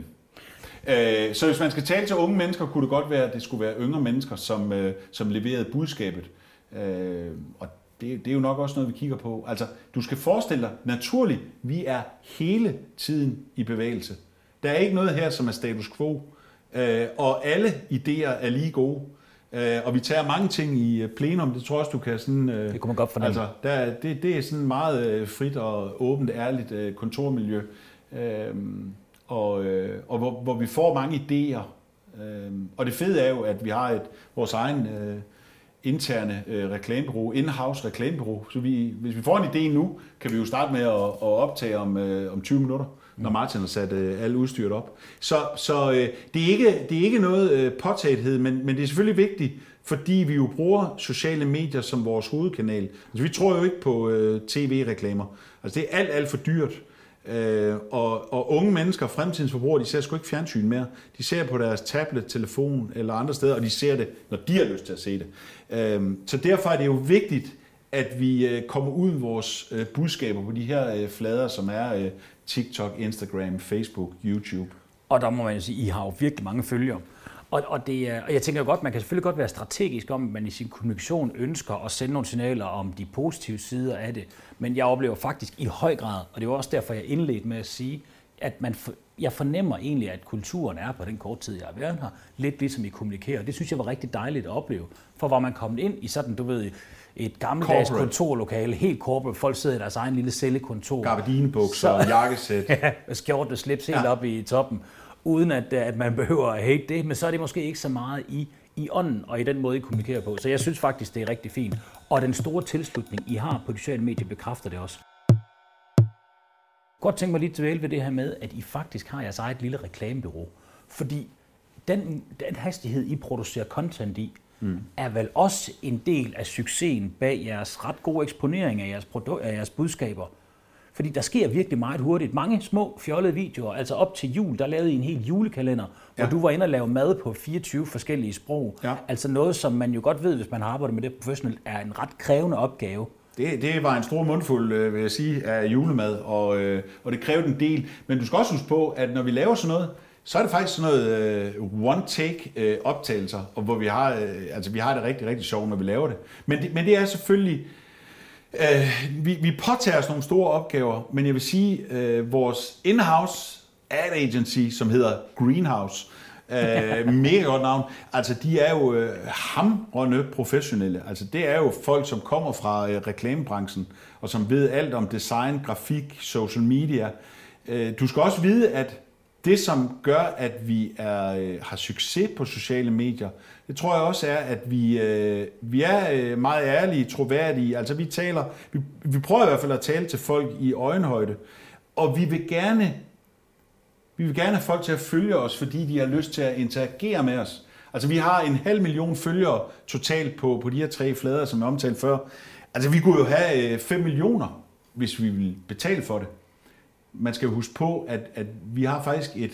Øh, så hvis man skal tale til unge mennesker, kunne det godt være, at det skulle være yngre mennesker, som, øh, som leverede budskabet. Øh, og det, det er jo nok også noget, vi kigger på. Altså, du skal forestille dig, Naturligt, vi er hele tiden i bevægelse. Der er ikke noget her, som er status quo. Øh, og alle idéer er lige gode. Øh, og vi tager mange ting i øh, plenum, det tror jeg også, du kan sådan... Øh, Det kunne man godt fornemme. Altså, der, er- det, det er sådan meget øh, frit og åbent, ærligt øh, kontormiljø. Øh, og øh, og hvor, hvor vi får mange idéer. Øh, og det fede er jo, at vi har et vores egen øh, interne øh, reklamebureau, in-house reklamebureau. Så vi, hvis vi får en idé nu, kan vi jo starte med at, at optage om, øh, om tyve minutter, når Martin har sat øh, alle udstyret op. Så, så øh, det, er ikke, det er ikke noget øh, påtagethed, men, men det er selvfølgelig vigtigt, fordi vi jo bruger sociale medier som vores hovedkanal. Altså, vi tror jo ikke på øh, tv-reklamer. Altså, det er alt, alt for dyrt. Øh, og, og unge mennesker, fremtidens forbrugere, de ser sgu ikke fjernsyn mere. De ser på deres tablet, telefon eller andre steder, og de ser det, når de har lyst til at se det. Øh, så derfor er det jo vigtigt, at vi øh, kommer ud med vores øh, budskaber på de her øh, flader, som er øh, TikTok, Instagram, Facebook, YouTube. Og der må man jo sige, I har jo virkelig mange følgere. Og, og, det er, og jeg tænker jo godt, man kan selvfølgelig godt være strategisk om, at man i sin kommunikation ønsker at sende nogle signaler om de positive sider af det. Men jeg oplever faktisk i høj grad, og det er jo også derfor, jeg indledte med at sige, at man for, jeg fornemmer egentlig, at kulturen er på den korte tid, jeg har været her, lidt ligesom I kommunikerer. Det synes jeg var rigtig dejligt at opleve. For var man kommet ind i sådan, du ved, et gammeldags Corporate. kontorlokale, helt corporate, folk sidder i deres egen lille cellekontor. Gabardinebukser, Så- jakkesæt. Ja, med skjort og slips helt Ja. ja. op i toppen, uden at, at man behøver at hate det, men så er det måske ikke så meget i, i ånden og i den måde, I kommunikerer på. Så jeg synes faktisk, det er rigtig fint. Og den store tilslutning, I har på de sociale medier, bekræfter det også. Godt tænke mig lige til ved det her med, at I faktisk har jeres eget lille reklamebureau. Fordi den, den hastighed, I producerer content i, mm. er vel også en del af succesen bag jeres ret gode eksponering af jeres, produ- af jeres budskaber. Fordi der sker virkelig meget hurtigt. Mange små fjollede videoer, altså op til jul, der lavede I en hel julekalender, ja. hvor du var inde og lave mad på fireogtyve forskellige sprog. Ja. Altså noget, som man jo godt ved, hvis man har arbejdet med det professionelt, er en ret krævende opgave. Det, det var en stor mundfuld, vil jeg sige, af julemad, og, og det krævede en del. Men du skal også huske på, at når vi laver sådan noget, så er det faktisk sådan noget uh, one-take uh, optagelser, og hvor vi har, uh, altså, vi har det rigtig, rigtig sjovt, når vi laver det. Men det, men det er selvfølgelig... Uh, vi, vi påtager os nogle store opgaver, men jeg vil sige, uh, vores in-house ad agency, som hedder Greenhouse, uh, mega godt navn, altså de er jo uh, hamrende professionelle. Altså det er jo folk, som kommer fra uh, reklamebranchen, og som ved alt om design, grafik, social media. Uh, du skal også vide, at det, som gør, at vi er, uh, har succes på sociale medier, det tror jeg også er, at vi, øh, vi er øh, meget ærlige, troværdige. Altså vi taler, vi, vi prøver i hvert fald at tale til folk i øjenhøjde, og vi vil gerne, vi vil gerne have folk til at følge os, fordi de har lyst til at interagere med os. Altså vi har en halv million følgere totalt på, på de her tre flader, som jeg omtalte før. Altså vi kunne jo have øh, fem millioner, hvis vi ville betale for det. Man skal jo huske på, at, at vi har faktisk et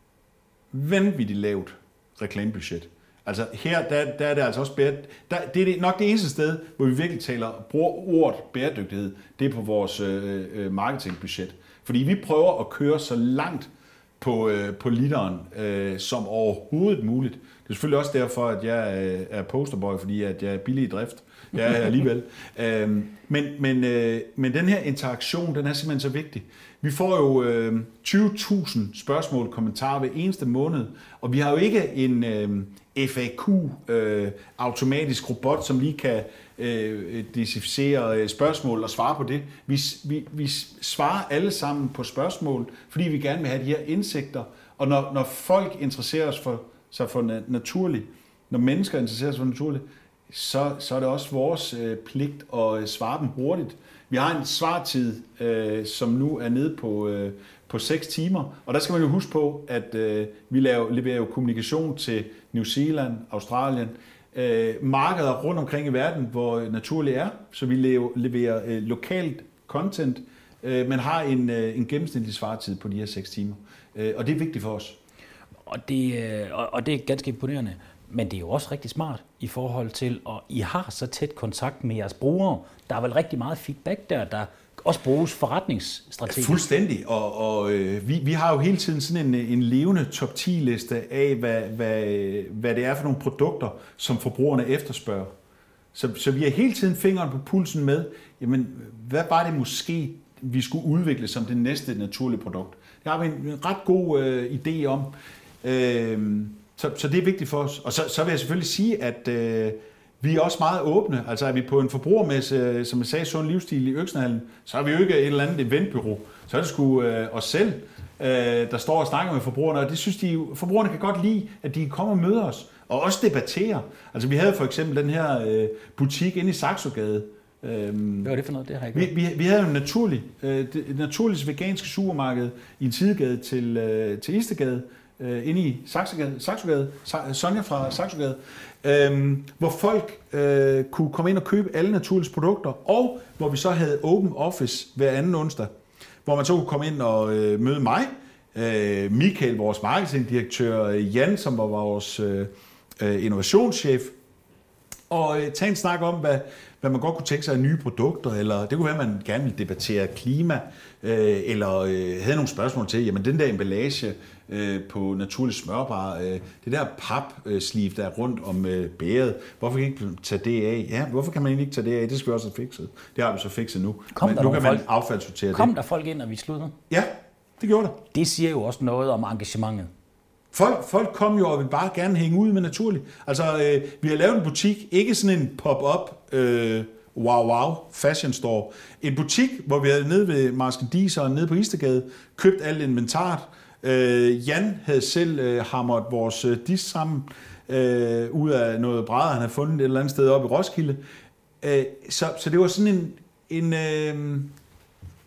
vanvittigt lavt reklamebudget. Altså her, der, der er det altså også bære, der, det er nok det eneste sted, hvor vi virkelig taler, bruger ordet bæredygtighed, det er på vores øh, marketingbudget. Fordi vi prøver at køre så langt på, øh, på literen øh, som overhovedet muligt. Det er selvfølgelig også derfor, at jeg øh, er posterboy, fordi at jeg er billig i drift. Jeg er alligevel. øhm, men, men, øh, men den her interaktion, den er simpelthen så vigtig. Vi får jo øh, tyve tusind spørgsmål, kommentarer hver eneste måned, og vi har jo ikke en øh, F A Q øh, automatisk robot, som lige kan øh, decifrere spørgsmål og svare på det. Vi, vi, vi svarer alle sammen på spørgsmål, fordi vi gerne vil have de her indsigter. Og når, når folk interesserer os for, sig for naturligt, når mennesker interesserer sig for naturligt, så, så er det også vores øh, pligt at øh, svare dem hurtigt. Vi har en svartid, øh, som nu er nede på, øh, på seks timer, og der skal man jo huske på, at øh, vi laver, leverer jo kommunikation til New Zealand, Australien, øh, markeder rundt omkring i verden, hvor naturligt er, så vi lever, leverer øh, lokalt content, øh, men har en, øh, en gennemsnitlig svartid på de her seks timer, øh, og det er vigtigt for os. Og det, øh, og det er ganske imponerende. Men det er jo også rigtig smart i forhold til, at I har så tæt kontakt med jeres brugere. Der er vel rigtig meget feedback der, der også bruges forretningsstrategisk. Fuldstændig, og, og øh, vi, vi har jo hele tiden sådan en, en levende top ti liste af, hvad, hvad, hvad det er for nogle produkter, som forbrugerne efterspørger. Så, så vi har hele tiden fingeren på pulsen med, jamen, hvad var det måske, vi skulle udvikle som det næste naturlige produkt. Det har vi en ret god øh, idé om. Øh, Så, så det er vigtigt for os. Og så, så vil jeg selvfølgelig sige, at øh, vi er også meget åbne. Altså er vi på en forbrugermesse, som jeg sagde, Sund Livsstil i Øksnehallen, så er vi jo ikke et eller andet eventbureau. Så er det sgu øh, os selv, øh, der står og snakker med forbrugerne, og det synes de jo, forbrugerne kan godt lide, at de kommer og møder os, og også debatterer. Altså vi havde for eksempel den her øh, butik inde i Saxogade. Øhm, Hvad var det for noget? Det har jeg ikke vi, vi, vi havde jo en naturlig, øh, et naturligt vegansk supermarked i en sidegade til, øh, til Istegade, Uh, inde i Saxogade, Saxogade, Sonja fra Saxogade, um, hvor folk uh, kunne komme ind og købe alle naturlige produkter, og hvor vi så havde open office hver anden onsdag, hvor man så kunne komme ind og uh, møde mig, uh, Michael, vores marketingdirektør, Jan, som var vores uh, innovationschef, og uh, tage en snak om, hvad, hvad man godt kunne tænke sig af nye produkter, eller det kunne være, at man gerne ville debattere klima, øh, eller øh, havde nogle spørgsmål til, jamen den der emballage øh, på naturlig smørbar, øh, det der papsliv, der er rundt om øh, bæret, hvorfor kan ikke tage det af? Ja, hvorfor kan man egentlig ikke tage det af? Det skal vi også have fikset. Det har vi så fikset nu. Kom Men, der nu kan folk, man affaldssortere det. Kom der folk ind, og vi sluttede? Ja, det gjorde der. Det siger jo også noget om engagementet. Folk, folk kom jo og vil bare gerne hænge ud med naturligt. Altså, øh, vi har lavet en butik, ikke sådan en pop-up, øh, wow, wow, fashion store. En butik, hvor vi havde nede ved Marskandis og nede på Istegade, købt alt inventaret. Øh, Jan havde selv øh, hamret vores øh, disk sammen, øh, ud af noget brædder, han havde fundet et eller andet sted oppe i Roskilde. Øh, så, så det var sådan en, en, øh,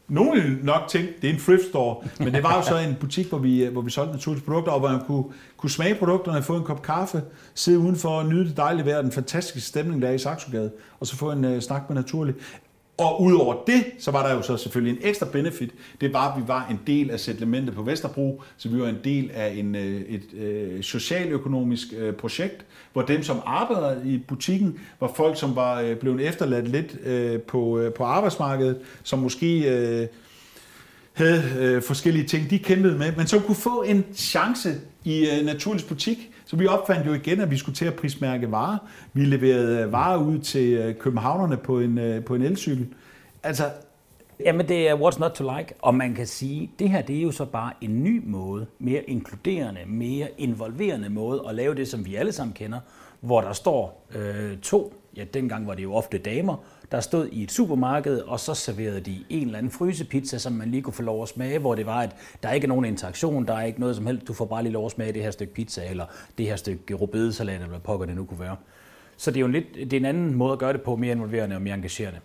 Nogle ville nok tænke, det er en thrift store, men det var jo så en butik, hvor vi, hvor vi solgte naturlige produkter, og hvor man kunne, kunne smage produkterne, få en kop kaffe, sidde udenfor og nyde det dejlige vejr, den fantastiske stemning, der er i Saxogade, og så få en uh, snak med naturlig. Og udover det, så var der jo så selvfølgelig en ekstra benefit. Det var, at vi var en del af settlementet på Vesterbro, så vi var en del af en, et øh, socialøkonomisk øh, projekt, hvor dem, som arbejdede i butikken, var folk, som var øh, blevet efterladt lidt øh, på, øh, på arbejdsmarkedet, som måske øh, havde øh, forskellige ting, de kæmpede med, men som kunne få en chance i øh, Naturligs butik. Så vi opfandt jo igen, at vi skulle til at prismærke varer. Vi leverede varer ud til københavnerne på en, på en elcykel. Altså... Jamen, det er what's not to like. Og man kan sige, det her det er jo så bare en ny måde, mere inkluderende, mere involverende måde at lave det, som vi alle sammen kender, hvor der står øh, to, ja dengang var det jo ofte damer, der stod i et supermarked, og så serverede de en eller anden frysepizza, som man lige kunne få lov at smage, hvor det var, at der er ikke nogen interaktion, der er ikke noget som helst, du får bare lige lov at smage det her stykke pizza, eller det her stykke rødbedesalat, eller hvad pokker det nu kunne være. Så det er jo en, lidt, det er en anden måde at gøre det på, mere involverende og mere engagerende.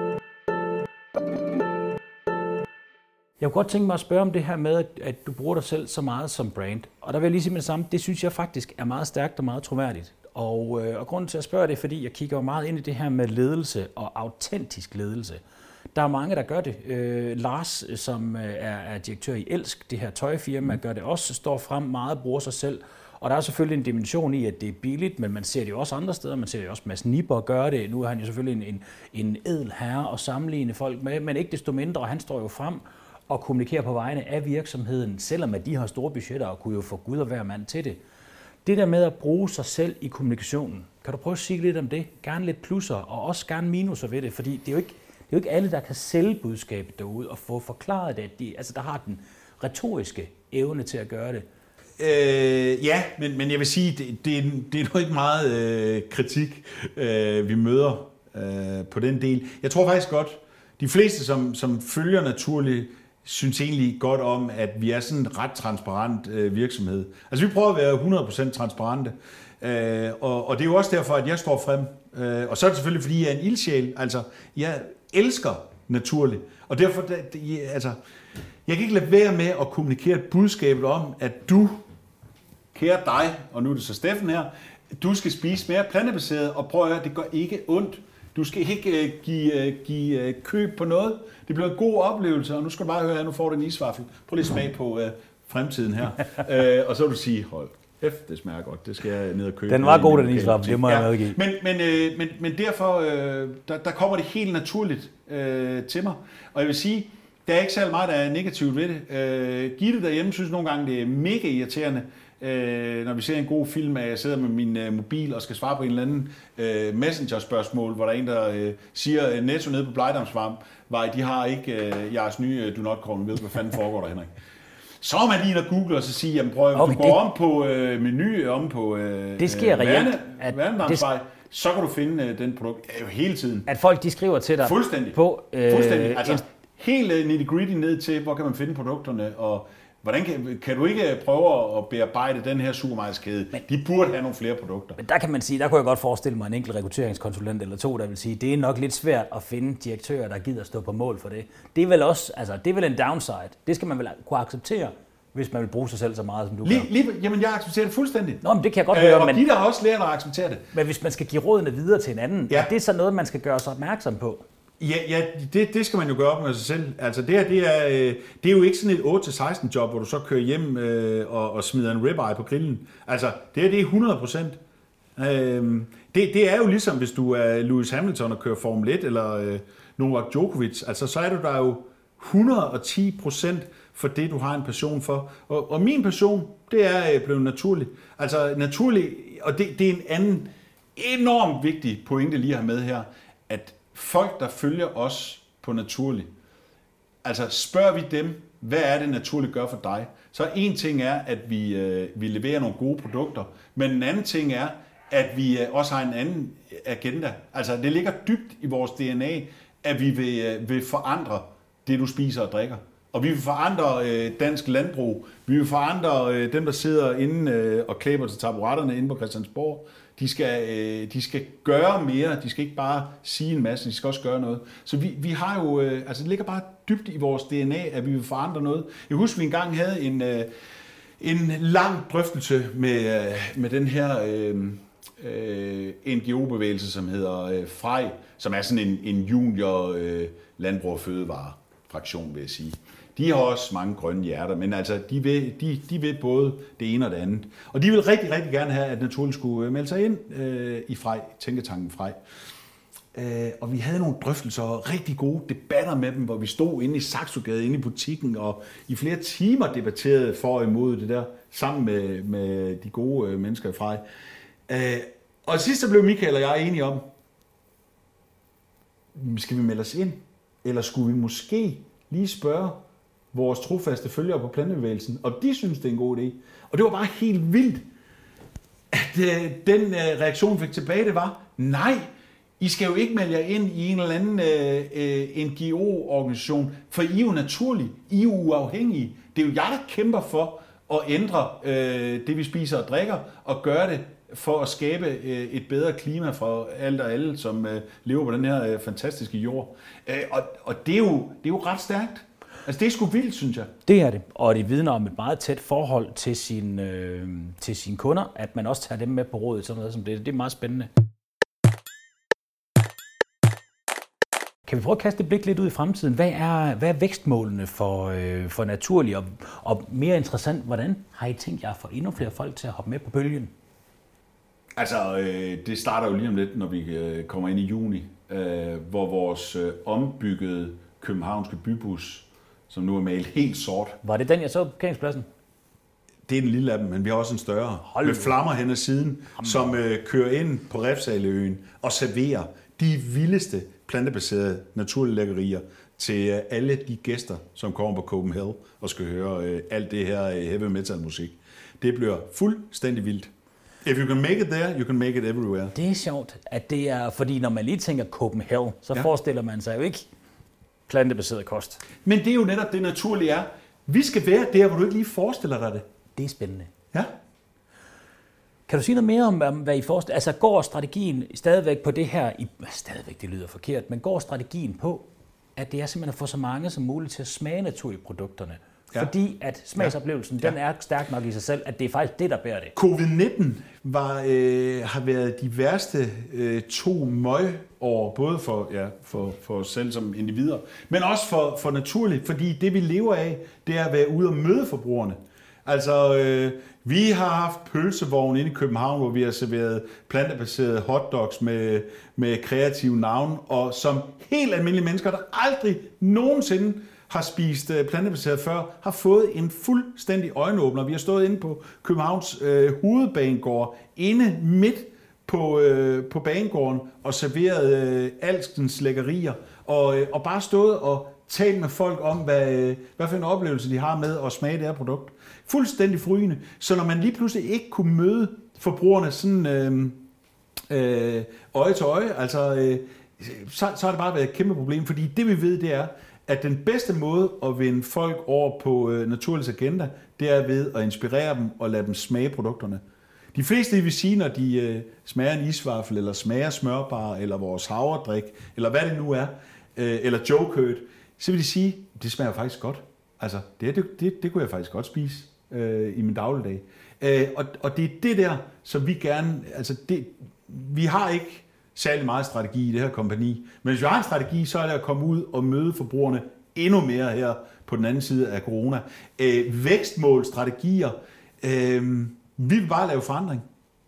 Jeg kunne godt tænke mig at spørge om det her med, at du bruger dig selv så meget som brand. Og der vil jeg lige sige med det samme, det synes jeg faktisk er meget stærkt og meget troværdigt. Og, øh, og grunden til at spørge det er, fordi jeg kigger meget ind i det her med ledelse og autentisk ledelse. Der er mange, der gør det. Øh, Lars, som er, er direktør i Elsk, det her tøjfirma, gør det også, står frem meget, bruger sig selv. Og der er selvfølgelig en dimension i, at det er billigt, men man ser det jo også andre steder. Man ser det også Mads Nipper gøre det. Nu er han jo selvfølgelig en, en, en edel herre at sammenligne folk med, men ikke desto mindre, og han står jo frem og kommunikerer på vegne af virksomheden, selvom at de har store budgetter og kunne jo få Gud og hver mand til det. Det der med at bruge sig selv i kommunikationen, kan du prøve at sige lidt om det? Gerne lidt plusser, og også gerne minuser ved det, fordi det er jo ikke, det er jo ikke alle, der kan sælge budskabet derude og få forklaret det. De, altså, der har den retoriske evne til at gøre det. Øh, ja, men, men jeg vil sige, det, det, det er jo ikke meget øh, kritik, øh, vi møder øh, på den del. Jeg tror faktisk godt, de fleste, som, som følger Naturligt, synes egentlig godt om, at vi er sådan en ret transparent øh, virksomhed. Altså vi prøver at være hundrede procent transparente, øh, og, og det er jo også derfor, at jeg står frem. Øh, og så er det selvfølgelig, fordi jeg er en ildsjæl. Altså, jeg elsker Naturligt, og derfor, det, det, altså, jeg kan ikke lade være med at kommunikere et budskab om, at du, kære dig, og nu er det så Steffen her, du skal spise mere plantebaseret, og prøv at høre, det gør ikke ondt. Du skal ikke uh, give, uh, give uh, køb på noget. Det bliver en god oplevelse, og nu skal du bare høre, at nu får du en isvaffel. Prøv lige at smage på uh, fremtiden her. uh, og så vil du sige, hold kæft, det smager godt. Det skal jeg ned og købe. Den var god, den isvaffel. Det må jeg medgive. Men, men, uh, men, men derfor, uh, der, der kommer det helt naturligt uh, til mig. Og jeg vil sige, der er ikke særlig meget, der er negativt ved det. Uh, Gitte derhjemme synes nogle gange, det er mega irriterende, Øh, når vi ser en god film, at jeg sidder med min øh, mobil og skal svare på en eller anden øh, messenger-spørgsmål, hvor der er en, der øh, siger, øh, Netto nede på Blejdamsvej, de har ikke øh, jeres nye øh, do not call me, ved hvad fanden foregår der, Henrik? Så er man lige at google og så sige, jamen prøv, okay, du går det, om på øh, menu, om på øh, det sker reelt, Blejdamsvej, så kan du finde øh, den produkt øh, hele tiden. At folk de skriver til dig Fuldstændig. på... Øh, Fuldstændig. Altså, helt øh, nitty-gritty ned til, hvor kan man finde produkterne, og hvordan kan, kan du ikke prøve at bearbejde den her supermarkedskæde? De burde have nogle flere produkter. Men der kan man sige, der kunne jeg godt forestille mig en enkelt rekrutteringskonsulent eller to, der vil sige, det er nok lidt svært at finde direktører, der gider stå på mål for det. Det er vel også, altså det er vel en downside. Det skal man vel kunne acceptere, hvis man vil bruge sig selv så meget, som du lige, gør. Lige, jamen jeg accepterer det fuldstændig. Nå, men det kan jeg godt høre. Øh, og men, Gitte har også lært at acceptere det. Men hvis man skal give rådene videre til en anden, ja. Er det så noget, man skal gøre sig opmærksom på? Ja, ja det, det skal man jo gøre op med sig selv. Altså det her, det er, det er jo ikke sådan et otte til seksten job, hvor du så kører hjem øh, og, og smider en ribeye på grillen. Altså det her, det er hundrede procent. Øh, det, det er jo ligesom, hvis du er Lewis Hamilton og kører Formel et, eller øh, Novak Djokovic, altså så er du der jo hundrede og ti procent for det, du har en passion for. Og, og min passion, det er blevet naturligt. Altså naturligt, og det, det er en anden enormt vigtig pointe lige at have med her, at folk, der følger os på Naturligt, altså spørger vi dem, hvad er det Naturligt gør for dig? Så en ting er, at vi, øh, vi leverer nogle gode produkter, men en anden ting er, at vi øh, også har en anden agenda. Altså det ligger dybt i vores D N A, at vi vil, øh, vil forandre det, du spiser og drikker. Og vi vil forandre øh, dansk landbrug. Vi vil forandre øh, dem, der sidder inde øh, og klæber til taburetterne inde på Christiansborg. De skal, øh, de skal gøre mere, de skal ikke bare sige en masse, de skal også gøre noget. Så vi, vi har jo, øh, altså det ligger bare dybt i vores D N A, at vi vil forandre noget. Jeg husker, vi engang havde en, øh, en lang drøftelse med, øh, med den her øh, øh, N G O-bevægelse, som hedder øh, Frej, som er sådan en, en junior øh, landbrug- og fødevare-fraktion, vil jeg sige. De har også mange grønne hjerter, men altså, de vil, de, de vil både det ene og det andet. Og de vil rigtig, rigtig gerne have, at Naturligt skulle melde sig ind øh, i Frej, Tænketanken Frej. Øh, og vi havde nogle drøftelser og rigtig gode debatter med dem, hvor vi stod inde i Saxogade, inde i butikken, og i flere timer debatterede for og imod det der, sammen med, med de gode øh, mennesker i Frej. Øh, og sidst så blev Michael og jeg enige om, skal vi melde os ind? Eller skulle vi måske lige spørge vores trofaste følgere på plantebevægelsen, og de synes, det er en god idé. Og det var bare helt vildt, at øh, den øh, reaktion fik tilbage, det var, nej, I skal jo ikke melde jer ind i en eller anden øh, N G O-organisation, for I er jo naturlige, I er jo uafhængige. Det er jo jer, der kæmper for at ændre øh, det, vi spiser og drikker, og gøre det for at skabe øh, et bedre klima for alt og alle, som øh, lever på den her øh, fantastiske jord. Øh, og og det, er jo, det er jo ret stærkt. Altså det er sgu vildt, synes jeg. Det er det, og det vidner om et meget tæt forhold til, sin, øh, til sine kunder, at man også tager dem med på rådet, sådan noget som det. Det er meget spændende. Kan vi prøve at kaste et blik lidt ud i fremtiden? Hvad er, hvad er vækstmålene for, øh, for Naturligt, og, og mere interessant, hvordan har I tænkt jer at få endnu flere folk til at hoppe med på bølgen? Altså, øh, det starter jo lige om lidt, når vi øh, kommer ind i juni, øh, hvor vores øh, ombyggede københavnske bybus, som nu er malet helt sort. Var det den, jeg så på parkeringspladsen? Det er den lille af dem, men vi har også en større. Hold med flammer hen ad siden, Jamen. som øh, kører ind på Refshaleøen og serverer de vildeste plantebaserede naturlige lækkerier til øh, alle de gæster, som kommer på Copenhagen og skal høre øh, alt det her øh, heavy metal musik. Det bliver fuldstændig vildt. If you can make it there, you can make it everywhere. Det er sjovt, at det er, fordi når man lige tænker Copenhagen, så ja. forestiller man sig jo ikke plantebaseret kost. Men det er jo netop det naturlige er. Vi skal være der, hvor du ikke lige forestiller dig det. Det er spændende. Ja. Kan du sige noget mere om, hvad I forestiller? Altså går strategien stadigvæk på det her, i, stadigvæk det lyder forkert, men går strategien på, at det er simpelthen at få så mange som muligt til at smage naturlige produkterne? Ja. Fordi at smagsoplevelsen, ja. den er stærk nok i sig selv, at det er faktisk det, der bærer det. covid nitten var, øh, har været de værste øh, to møgår, både for, ja, for, for os selv som individer, men også for, for naturligt, fordi det vi lever af, det er at være ude og møde forbrugerne. Altså, øh, vi har haft pølsevogn inde i København, hvor vi har serveret plantebaserede hotdogs med, med kreative navne, og som helt almindelige mennesker, der aldrig nogensinde har spist plantebaseret før, har fået en fuldstændig øjenåbner. Vi har stået inde på Københavns øh, hovedbanegård, inde midt på, øh, på banegården, og serveret øh, alskens lækkerier, og, øh, og bare stået og talt med folk om, hvad, øh, hvad for en oplevelse de har med at smage det her produkt. Fuldstændig frygende. Så når man lige pludselig ikke kunne møde forbrugerne sådan øh, øh, øje til øje, altså, øh, så, så har det bare været et kæmpe problem, fordi det vi ved, det er, at den bedste måde at vinde folk over på øh, Naturligheds agenda, det er ved at inspirere dem og lade dem smage produkterne. De fleste vil sige, når de øh, smager en isvaffel, eller smager smørbar, eller vores havredrik, eller hvad det nu er, øh, eller jokert, så vil de sige, det smager faktisk godt. Altså, det, det, det, det kunne jeg faktisk godt spise øh, i min dagligdag. Øh, og, og det er det der, som vi gerne, altså det, vi har ikke særlig meget strategi i det her kompagni. Men hvis vi har en strategi, så er det at komme ud og møde forbrugerne endnu mere her på den anden side af corona. Øh, vækstmål, strategier. Øh, vi vil bare lave forandring.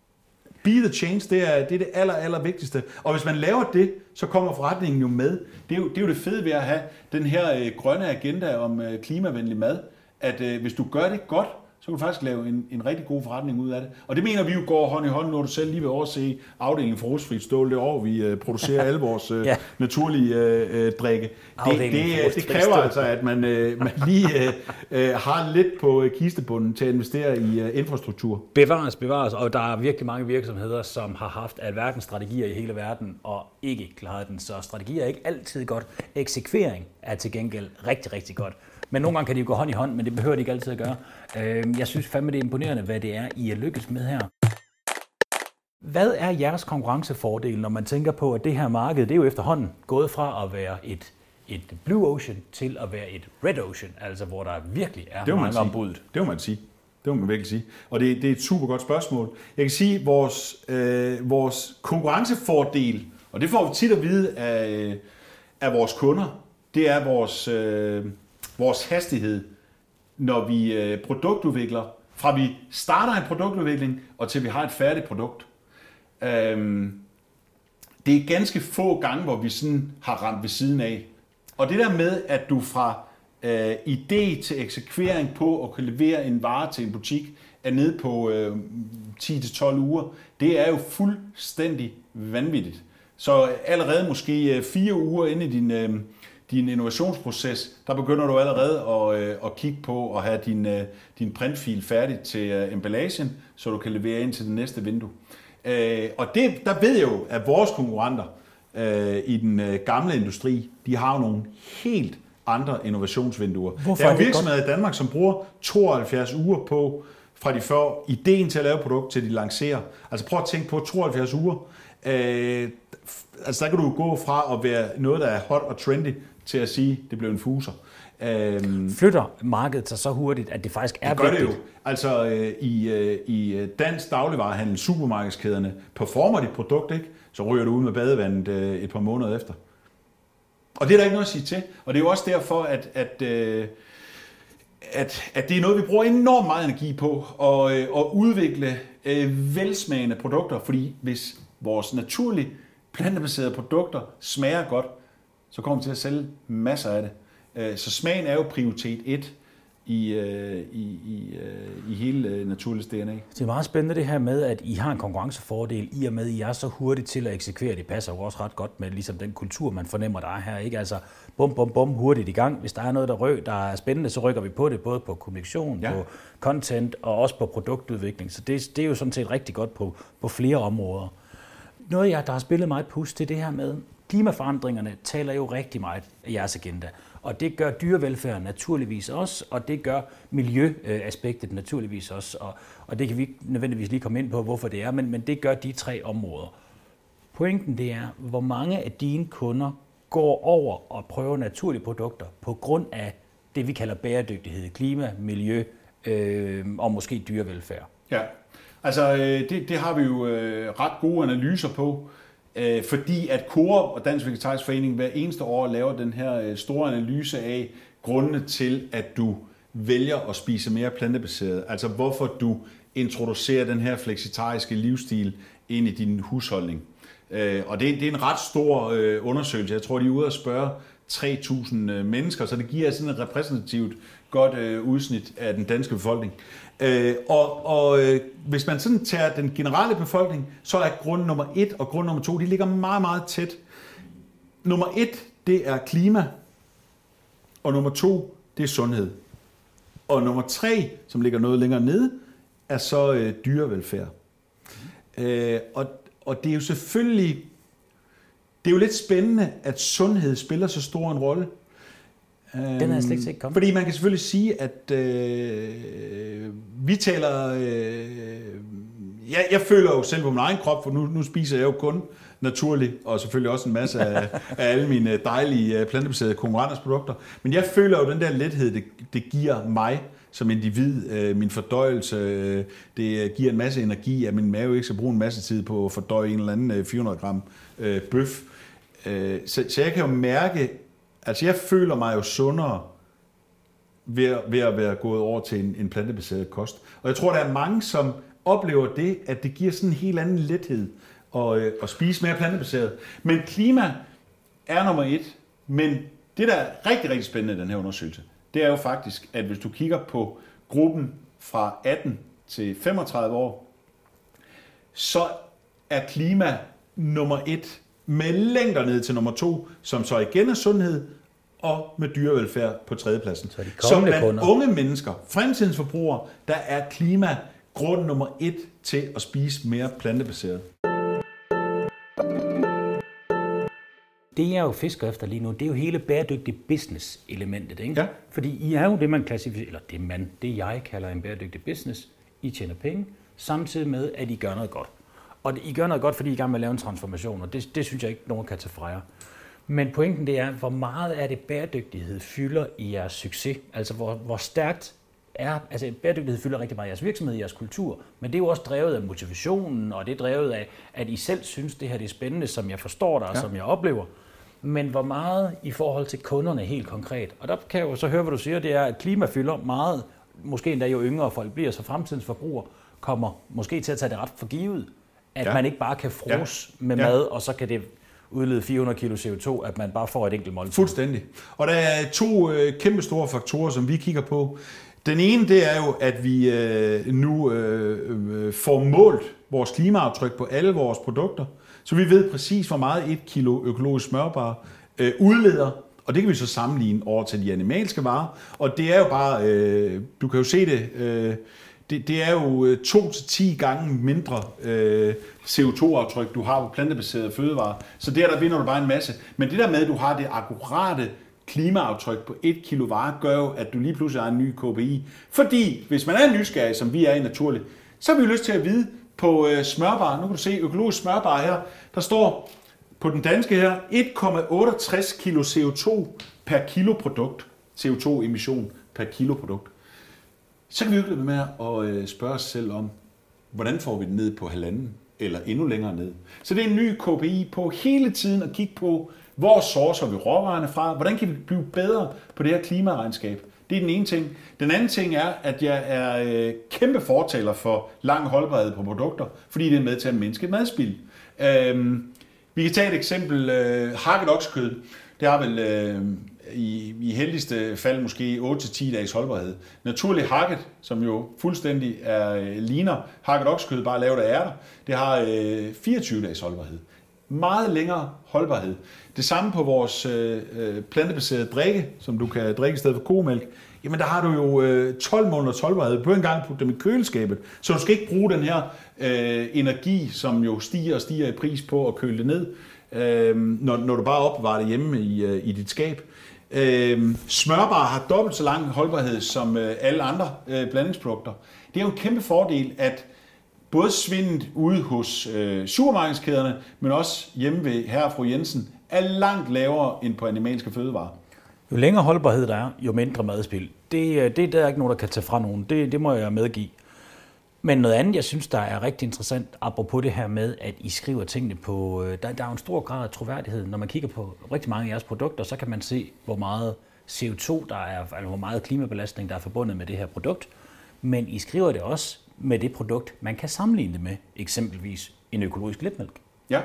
Be the change, det er det, er det aller, aller vigtigste. Og hvis man laver det, så kommer forretningen jo med. Det er jo det, er jo det fede ved at have den her øh, grønne agenda om øh, klimavenlig mad. At øh, hvis du gør det godt, så kan du faktisk lave en, en rigtig god forretning ud af det. Og det mener vi jo går hånd i hånd, når du selv lige vil overse afdelingen for rustfrit stål, det år, vi øh, producerer alle vores øh, ja. naturlige øh, drikke. Det, det, det kræver altså, at man, øh, man lige øh, har lidt på kistebunden til at investere i øh, infrastruktur. Bevares, bevares, og der er virkelig mange virksomheder, som har haft alverdens strategier i hele verden, og ikke klaret den. Så strategier er ikke altid godt. Eksekvering er til gengæld rigtig, rigtig godt. Men nogle gange kan de jo gå hånd i hånd, men det behøver de ikke altid at gøre. Jeg synes fandme, det er imponerende, hvad det er, I er lykkes med her. Hvad er jeres konkurrencefordel, når man tænker på, at det her marked, det er jo efterhånden gået fra at være et, et blue ocean til at være et red ocean, altså hvor der virkelig er mange ombud? Det må man sige. Det må man virkelig sige. Og det, det er et super godt spørgsmål. Jeg kan sige, at vores, øh, vores konkurrencefordel, og det får vi tit at vide af, af vores kunder, det er vores, øh, vores hastighed, når vi øh, produktudvikler, fra vi starter en produktudvikling, og til vi har et færdigt produkt. Øhm, det er ganske få gange, hvor vi sådan har ramt ved siden af. Og det der med, at du fra øh, idé til eksekvering på at kunne levere en vare til en butik, er nede på øh, ti til tolv uger, det er jo fuldstændig vanvittigt. Så allerede måske fire uger inde i din, øh, din innovationsproces, der begynder du allerede at, øh, at kigge på at have din, øh, din printfil færdig til øh, emballagen, så du kan levere ind til det næste vindue. Øh, og det, der ved jeg jo, at vores konkurrenter øh, i den øh, gamle industri, de har jo nogle helt andre innovationsvinduer. Hvorfor der er jo virksomheder i Danmark, som bruger tooghalvfjerds uger på, fra de får ideen til at lave produkt, til de lancerer. Altså prøv at tænke på tooghalvfjerds uger. Øh, altså der kan du gå fra at være noget, der er hot og trendy, til at sige, at det blev en fuser. Øhm, Flytter markedet sig så hurtigt, at det faktisk er det gør vigtigt? Det jo. Altså øh, i, øh, i dansk dagligvarehandel, supermarkedskæderne, performer dit produkt ikke, så ryger du ud med badevandet øh, et par måneder efter. Og det er der ikke noget at sige til. Og det er jo også derfor, at, at, øh, at, at det er noget, vi bruger enormt meget energi på, at, øh, at udvikle øh, velsmagende produkter. Fordi hvis vores naturlige plantebaserede produkter smager godt, så kommer vi til at sælge masser af det. Så smagen er jo prioritet et i, i, i, i hele naturligts D N A. Det er meget spændende det her med, at I har en konkurrencefordel, i og med, at I er så hurtigt til at eksekvere. Det passer jo også ret godt med ligesom den kultur, man fornemmer, der er her. Ikke? Altså bum, bum, bum, hurtigt i gang. Hvis der er noget, der, røg, der er spændende, så rykker vi på det, både på kommunikation, ja. på content og også på produktudvikling. Så det, det er jo sådan set rigtig godt på, på flere områder. Noget, jeg, der har spillet meget pus til det her med, klimaforandringerne taler jo rigtig meget af jeres agenda. Og det gør dyrevelfærd naturligvis også, og det gør miljøaspektet naturligvis også. Og, og det kan vi ikke nødvendigvis lige komme ind på, hvorfor det er, men, men det gør de tre områder. Pointen det er, hvor mange af dine kunder går over og prøver naturlige produkter på grund af det, vi kalder bæredygtighed, klima, miljø øh, og måske dyrevelfærd. Ja, altså det, det har vi jo øh, ret gode analyser på. Fordi at Coop og Dansk Vegetarisk Forening hver eneste år laver den her store analyse af grundene til, at du vælger at spise mere plantebaseret. Altså hvorfor du introducerer den her fleksitariske livsstil ind i din husholdning. Og det er en ret stor undersøgelse. Jeg tror, de er ude at spørge tre tusind mennesker, så det giver sådan et repræsentativt godt udsnit af den danske befolkning. Øh, og og øh, hvis man sådan tager den generelle befolkning, så er grund nummer et og grund nummer to, de ligger meget, meget tæt. Nummer et, det er klima, og nummer to, det er sundhed. Og nummer tre, som ligger noget længere nede, er så øh, dyrevelfærd. Mm. Øh, og, og det er jo selvfølgelig, det er jo lidt spændende, at sundhed spiller så stor en rolle. Den er slet ikke kommet. Fordi man kan selvfølgelig sige, at øh, vi taler... Øh, jeg, jeg føler jo selv på min egen krop, for nu, nu spiser jeg jo kun naturligt, og selvfølgelig også en masse af, af alle mine dejlige plantebaserede konkurrenters produkter. Men jeg føler jo den der lethed, det, det giver mig som individ, øh, min fordøjelse, øh, det giver en masse energi, at min mave ikke skal bruge en masse tid på at fordøje en eller anden øh, fire hundrede gram øh, bøf. Øh, så, så jeg kan jo mærke... Altså, jeg føler mig jo sundere ved, ved at være gået over til en, en plantebaseret kost. Og jeg tror, der er mange, som oplever det, at det giver sådan en helt anden lethed at, øh, at spise mere plantebaseret. Men klima er nummer et. Men det, der er rigtig, rigtig spændende i den her undersøgelse, det er jo faktisk, at hvis du kigger på gruppen fra atten til femogtredive år, så er klima nummer et med længder ned til nummer to, som så igen er sundhed, og med dyrevelfærd på tredjepladsen. Så, så blandt kunder. Unge mennesker, fremtidens forbrugere, der er klima grund nummer et til at spise mere plantebaseret. Det jeg jo fisker efter lige nu, det er jo hele bæredygtig business-elementet, ikke? Ja. Fordi I er jo det, man klassificerer, eller det man, det jeg kalder en bæredygtig business. I tjener penge, samtidig med, at I gør noget godt. Og I gør noget godt, fordi I er i gang med at lave en transformation, og det, det synes jeg ikke, nogen kan tage fra jer. Men pointen det er, hvor meget er det bæredygtighed fylder i jeres succes? Altså hvor, hvor stærkt er, altså bæredygtighed fylder rigtig meget i jeres virksomhed, i jeres kultur, men det er jo også drevet af motivationen, og det er drevet af, at I selv synes, det her det er spændende, som jeg forstår dig, og ja. som jeg oplever. Men hvor meget i forhold til kunderne helt konkret? Og der kan jeg jo så høre, hvad du siger, det er, at klima fylder meget, måske endda jo yngre folk bliver, så fremtidens forbruger kommer måske til at tage det ret for givet, at ja. man ikke bare kan frose ja. med ja. mad, og så kan det udlede fire hundrede kilo C O to, at man bare får et enkelt måltid. Fuldstændig. Og der er to øh, kæmpe store faktorer, som vi kigger på. Den ene, det er jo, at vi øh, nu øh, får målt vores klimaaftryk på alle vores produkter, så vi ved præcis, hvor meget et kilo økologisk smørbar øh, udleder, og det kan vi så sammenligne over til de animalske varer. Og det er jo bare, øh, du kan jo se det, øh, det, det er jo to til ti gange mindre øh, C O to aftryk, du har på plantebaserede fødevarer. Så der, der vinder du bare en masse. Men det der med, at du har det akkurate klimaaftryk på et kilo varer, gør jo, at du lige pludselig har en ny K P I. Fordi hvis man er nysgerrig, som vi er i naturligt, så har vi jo lyst til at vide på øh, smørbar. Nu kan du se økologisk smørbar her. Der står på den danske her et komma otteogtres kilo C O to per kilo produkt. C O to emission per kilo produkt. Så kan vi jo ikke lade med at spørge os selv om, hvordan får vi den ned på halvanden eller endnu længere ned. Så det er en ny K P I på hele tiden at kigge på, hvor sourcer vi råvarerne fra, hvordan kan vi blive bedre på det her klimaregnskab. Det er den ene ting. Den anden ting er, at jeg er kæmpe fortaler for lang holdbarhed på produkter, fordi det er med til at mindske madspild. Vi kan tage et eksempel. Hakket oksekød, det har vel i, i heldigste fald måske otte til ti dages holdbarhed. Naturlig hakket, som jo fuldstændig er, ligner hakket oksekød, bare lavet af ærter, det har øh, fireogtyve dages holdbarhed. Meget længere holdbarhed. Det samme på vores øh, plantebaserede drikke, som du kan drikke i stedet for komælk. Jamen der har du jo øh, tolv måneders holdbarhed. Du behøver engang putte dem i køleskabet. Så du skal ikke bruge den her øh, energi, som jo stiger og stiger i pris på at køle det ned, øh, når, når du bare opbevarer det hjemme i, øh, i dit skab. Øh, smørbar har dobbelt så lang holdbarhed som øh, alle andre øh, blandingsprodukter. Det er jo en kæmpe fordel, at både svindet ude hos øh, supermarkedskæderne, men også hjemme ved herre og fru Jensen, er langt lavere end på animalske fødevarer. Jo længere holdbarhed der er, jo mindre madspild. Det, det der er ikke nogen, der kan tage fra nogen. Det, det må jeg medgive. Men noget andet, jeg synes, der er rigtig interessant, apropos det her med, at I skriver tingene på... Der, der er jo en stor grad af troværdighed. Når man kigger på rigtig mange af jeres produkter, så kan man se, hvor meget C O to der er, altså hvor meget klimabelastning, der er forbundet med det her produkt. Men I skriver det også med det produkt, man kan sammenligne det med, eksempelvis en økologisk letmælk. Ja.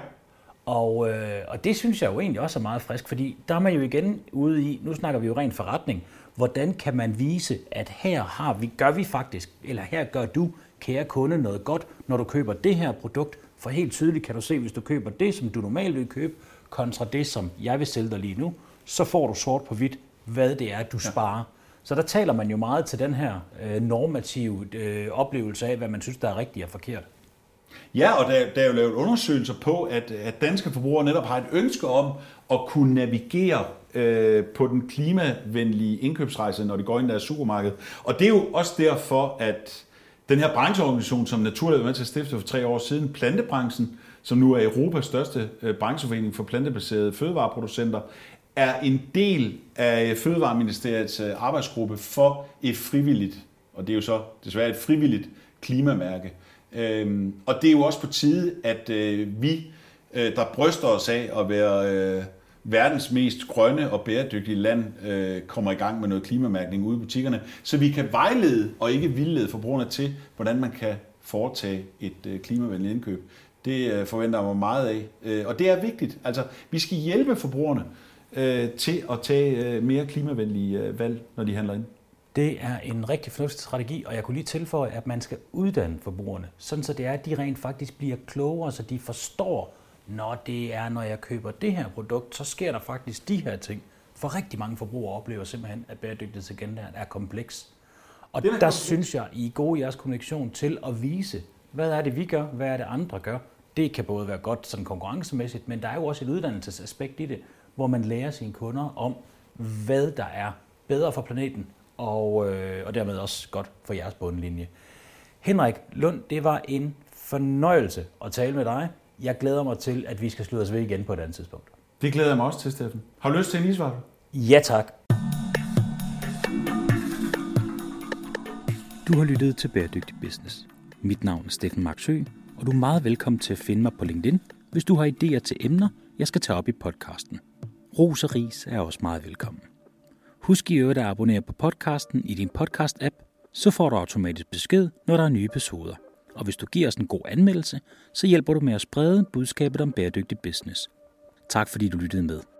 Og, øh, og det synes jeg jo egentlig også er meget frisk, fordi der er man jo igen ude i, nu snakker vi jo ren forretning, hvordan kan man vise, at her har vi, gør vi faktisk, eller her gør du, kære kunde, noget godt, når du køber det her produkt, for helt tydeligt kan du se, hvis du køber det, som du normalt vil købe, kontra det, som jeg vil sælge dig lige nu, så får du sort på hvidt, hvad det er, du ja. sparer. Så der taler man jo meget til den her øh, normative øh, oplevelse af, hvad man synes, der er rigtigt og forkert. Ja, og der, der er jo lavet undersøgelser på, at, at danske forbrugere netop har et ønske om at kunne navigere øh, på den klimavenlige indkøbsrejse, når de går ind i deres supermarked. Og det er jo også derfor, at den her brancheorganisation, som naturligt var med til at stifte for tre år siden, Plantebranchen, som nu er Europas største øh, brancheforening for plantebaserede fødevareproducenter, er en del af Fødevareministeriets arbejdsgruppe for et frivilligt, og det er jo så desværre et frivilligt klimamærke. Øhm, og det er jo også på tide, at øh, vi, øh, der bryster os af at være øh, verdens mest grønne og bæredygtige land, øh, kommer i gang med noget klimamærkning ude i butikkerne, så vi kan vejlede og ikke vildlede forbrugerne til, hvordan man kan foretage et øh, klimavenligt indkøb. Det øh, forventer jeg mig meget af, øh, og det er vigtigt. Altså, vi skal hjælpe forbrugerne øh, til at tage øh, mere klimavenlige øh, valg, når de handler ind. Det er en rigtig fornuftig strategi, og jeg kunne lige tilføje, at man skal uddanne forbrugerne, sådan så det er, at de rent faktisk bliver klogere, så de forstår, når det er, når jeg køber det her produkt, så sker der faktisk de her ting. For rigtig mange forbrugere oplever simpelthen, at bæredygtighedsagendaen er kompleks. Og der kompleks. Synes jeg, I er gode i jeres kommunikation til at vise, hvad er det, vi gør, hvad er det, andre gør. Det kan både være godt sådan konkurrencemæssigt, men der er jo også et uddannelsesaspekt i det, hvor man lærer sine kunder om, hvad der er bedre for planeten, Og, øh, og dermed også godt for jeres bundlinje. Henrik Lund, det var en fornøjelse at tale med dig. Jeg glæder mig til, at vi skal slutte os ved igen på et andet tidspunkt. Det glæder jeg mig også til, Steffen. Har du lyst til en isvaffel? Ja, tak. Du har lyttet til Bæredygtig Business. Mit navn er Steffen Marksø, og du er meget velkommen til at finde mig på LinkedIn, hvis du har idéer til emner, jeg skal tage op i podcasten. Ros og ris er også meget velkommen. Husk i øvrigt at abonnere på podcasten i din podcast-app, så får du automatisk besked, når der er nye episoder. Og hvis du giver os en god anmeldelse, så hjælper du med at sprede budskabet om bæredygtig business. Tak fordi du lyttede med.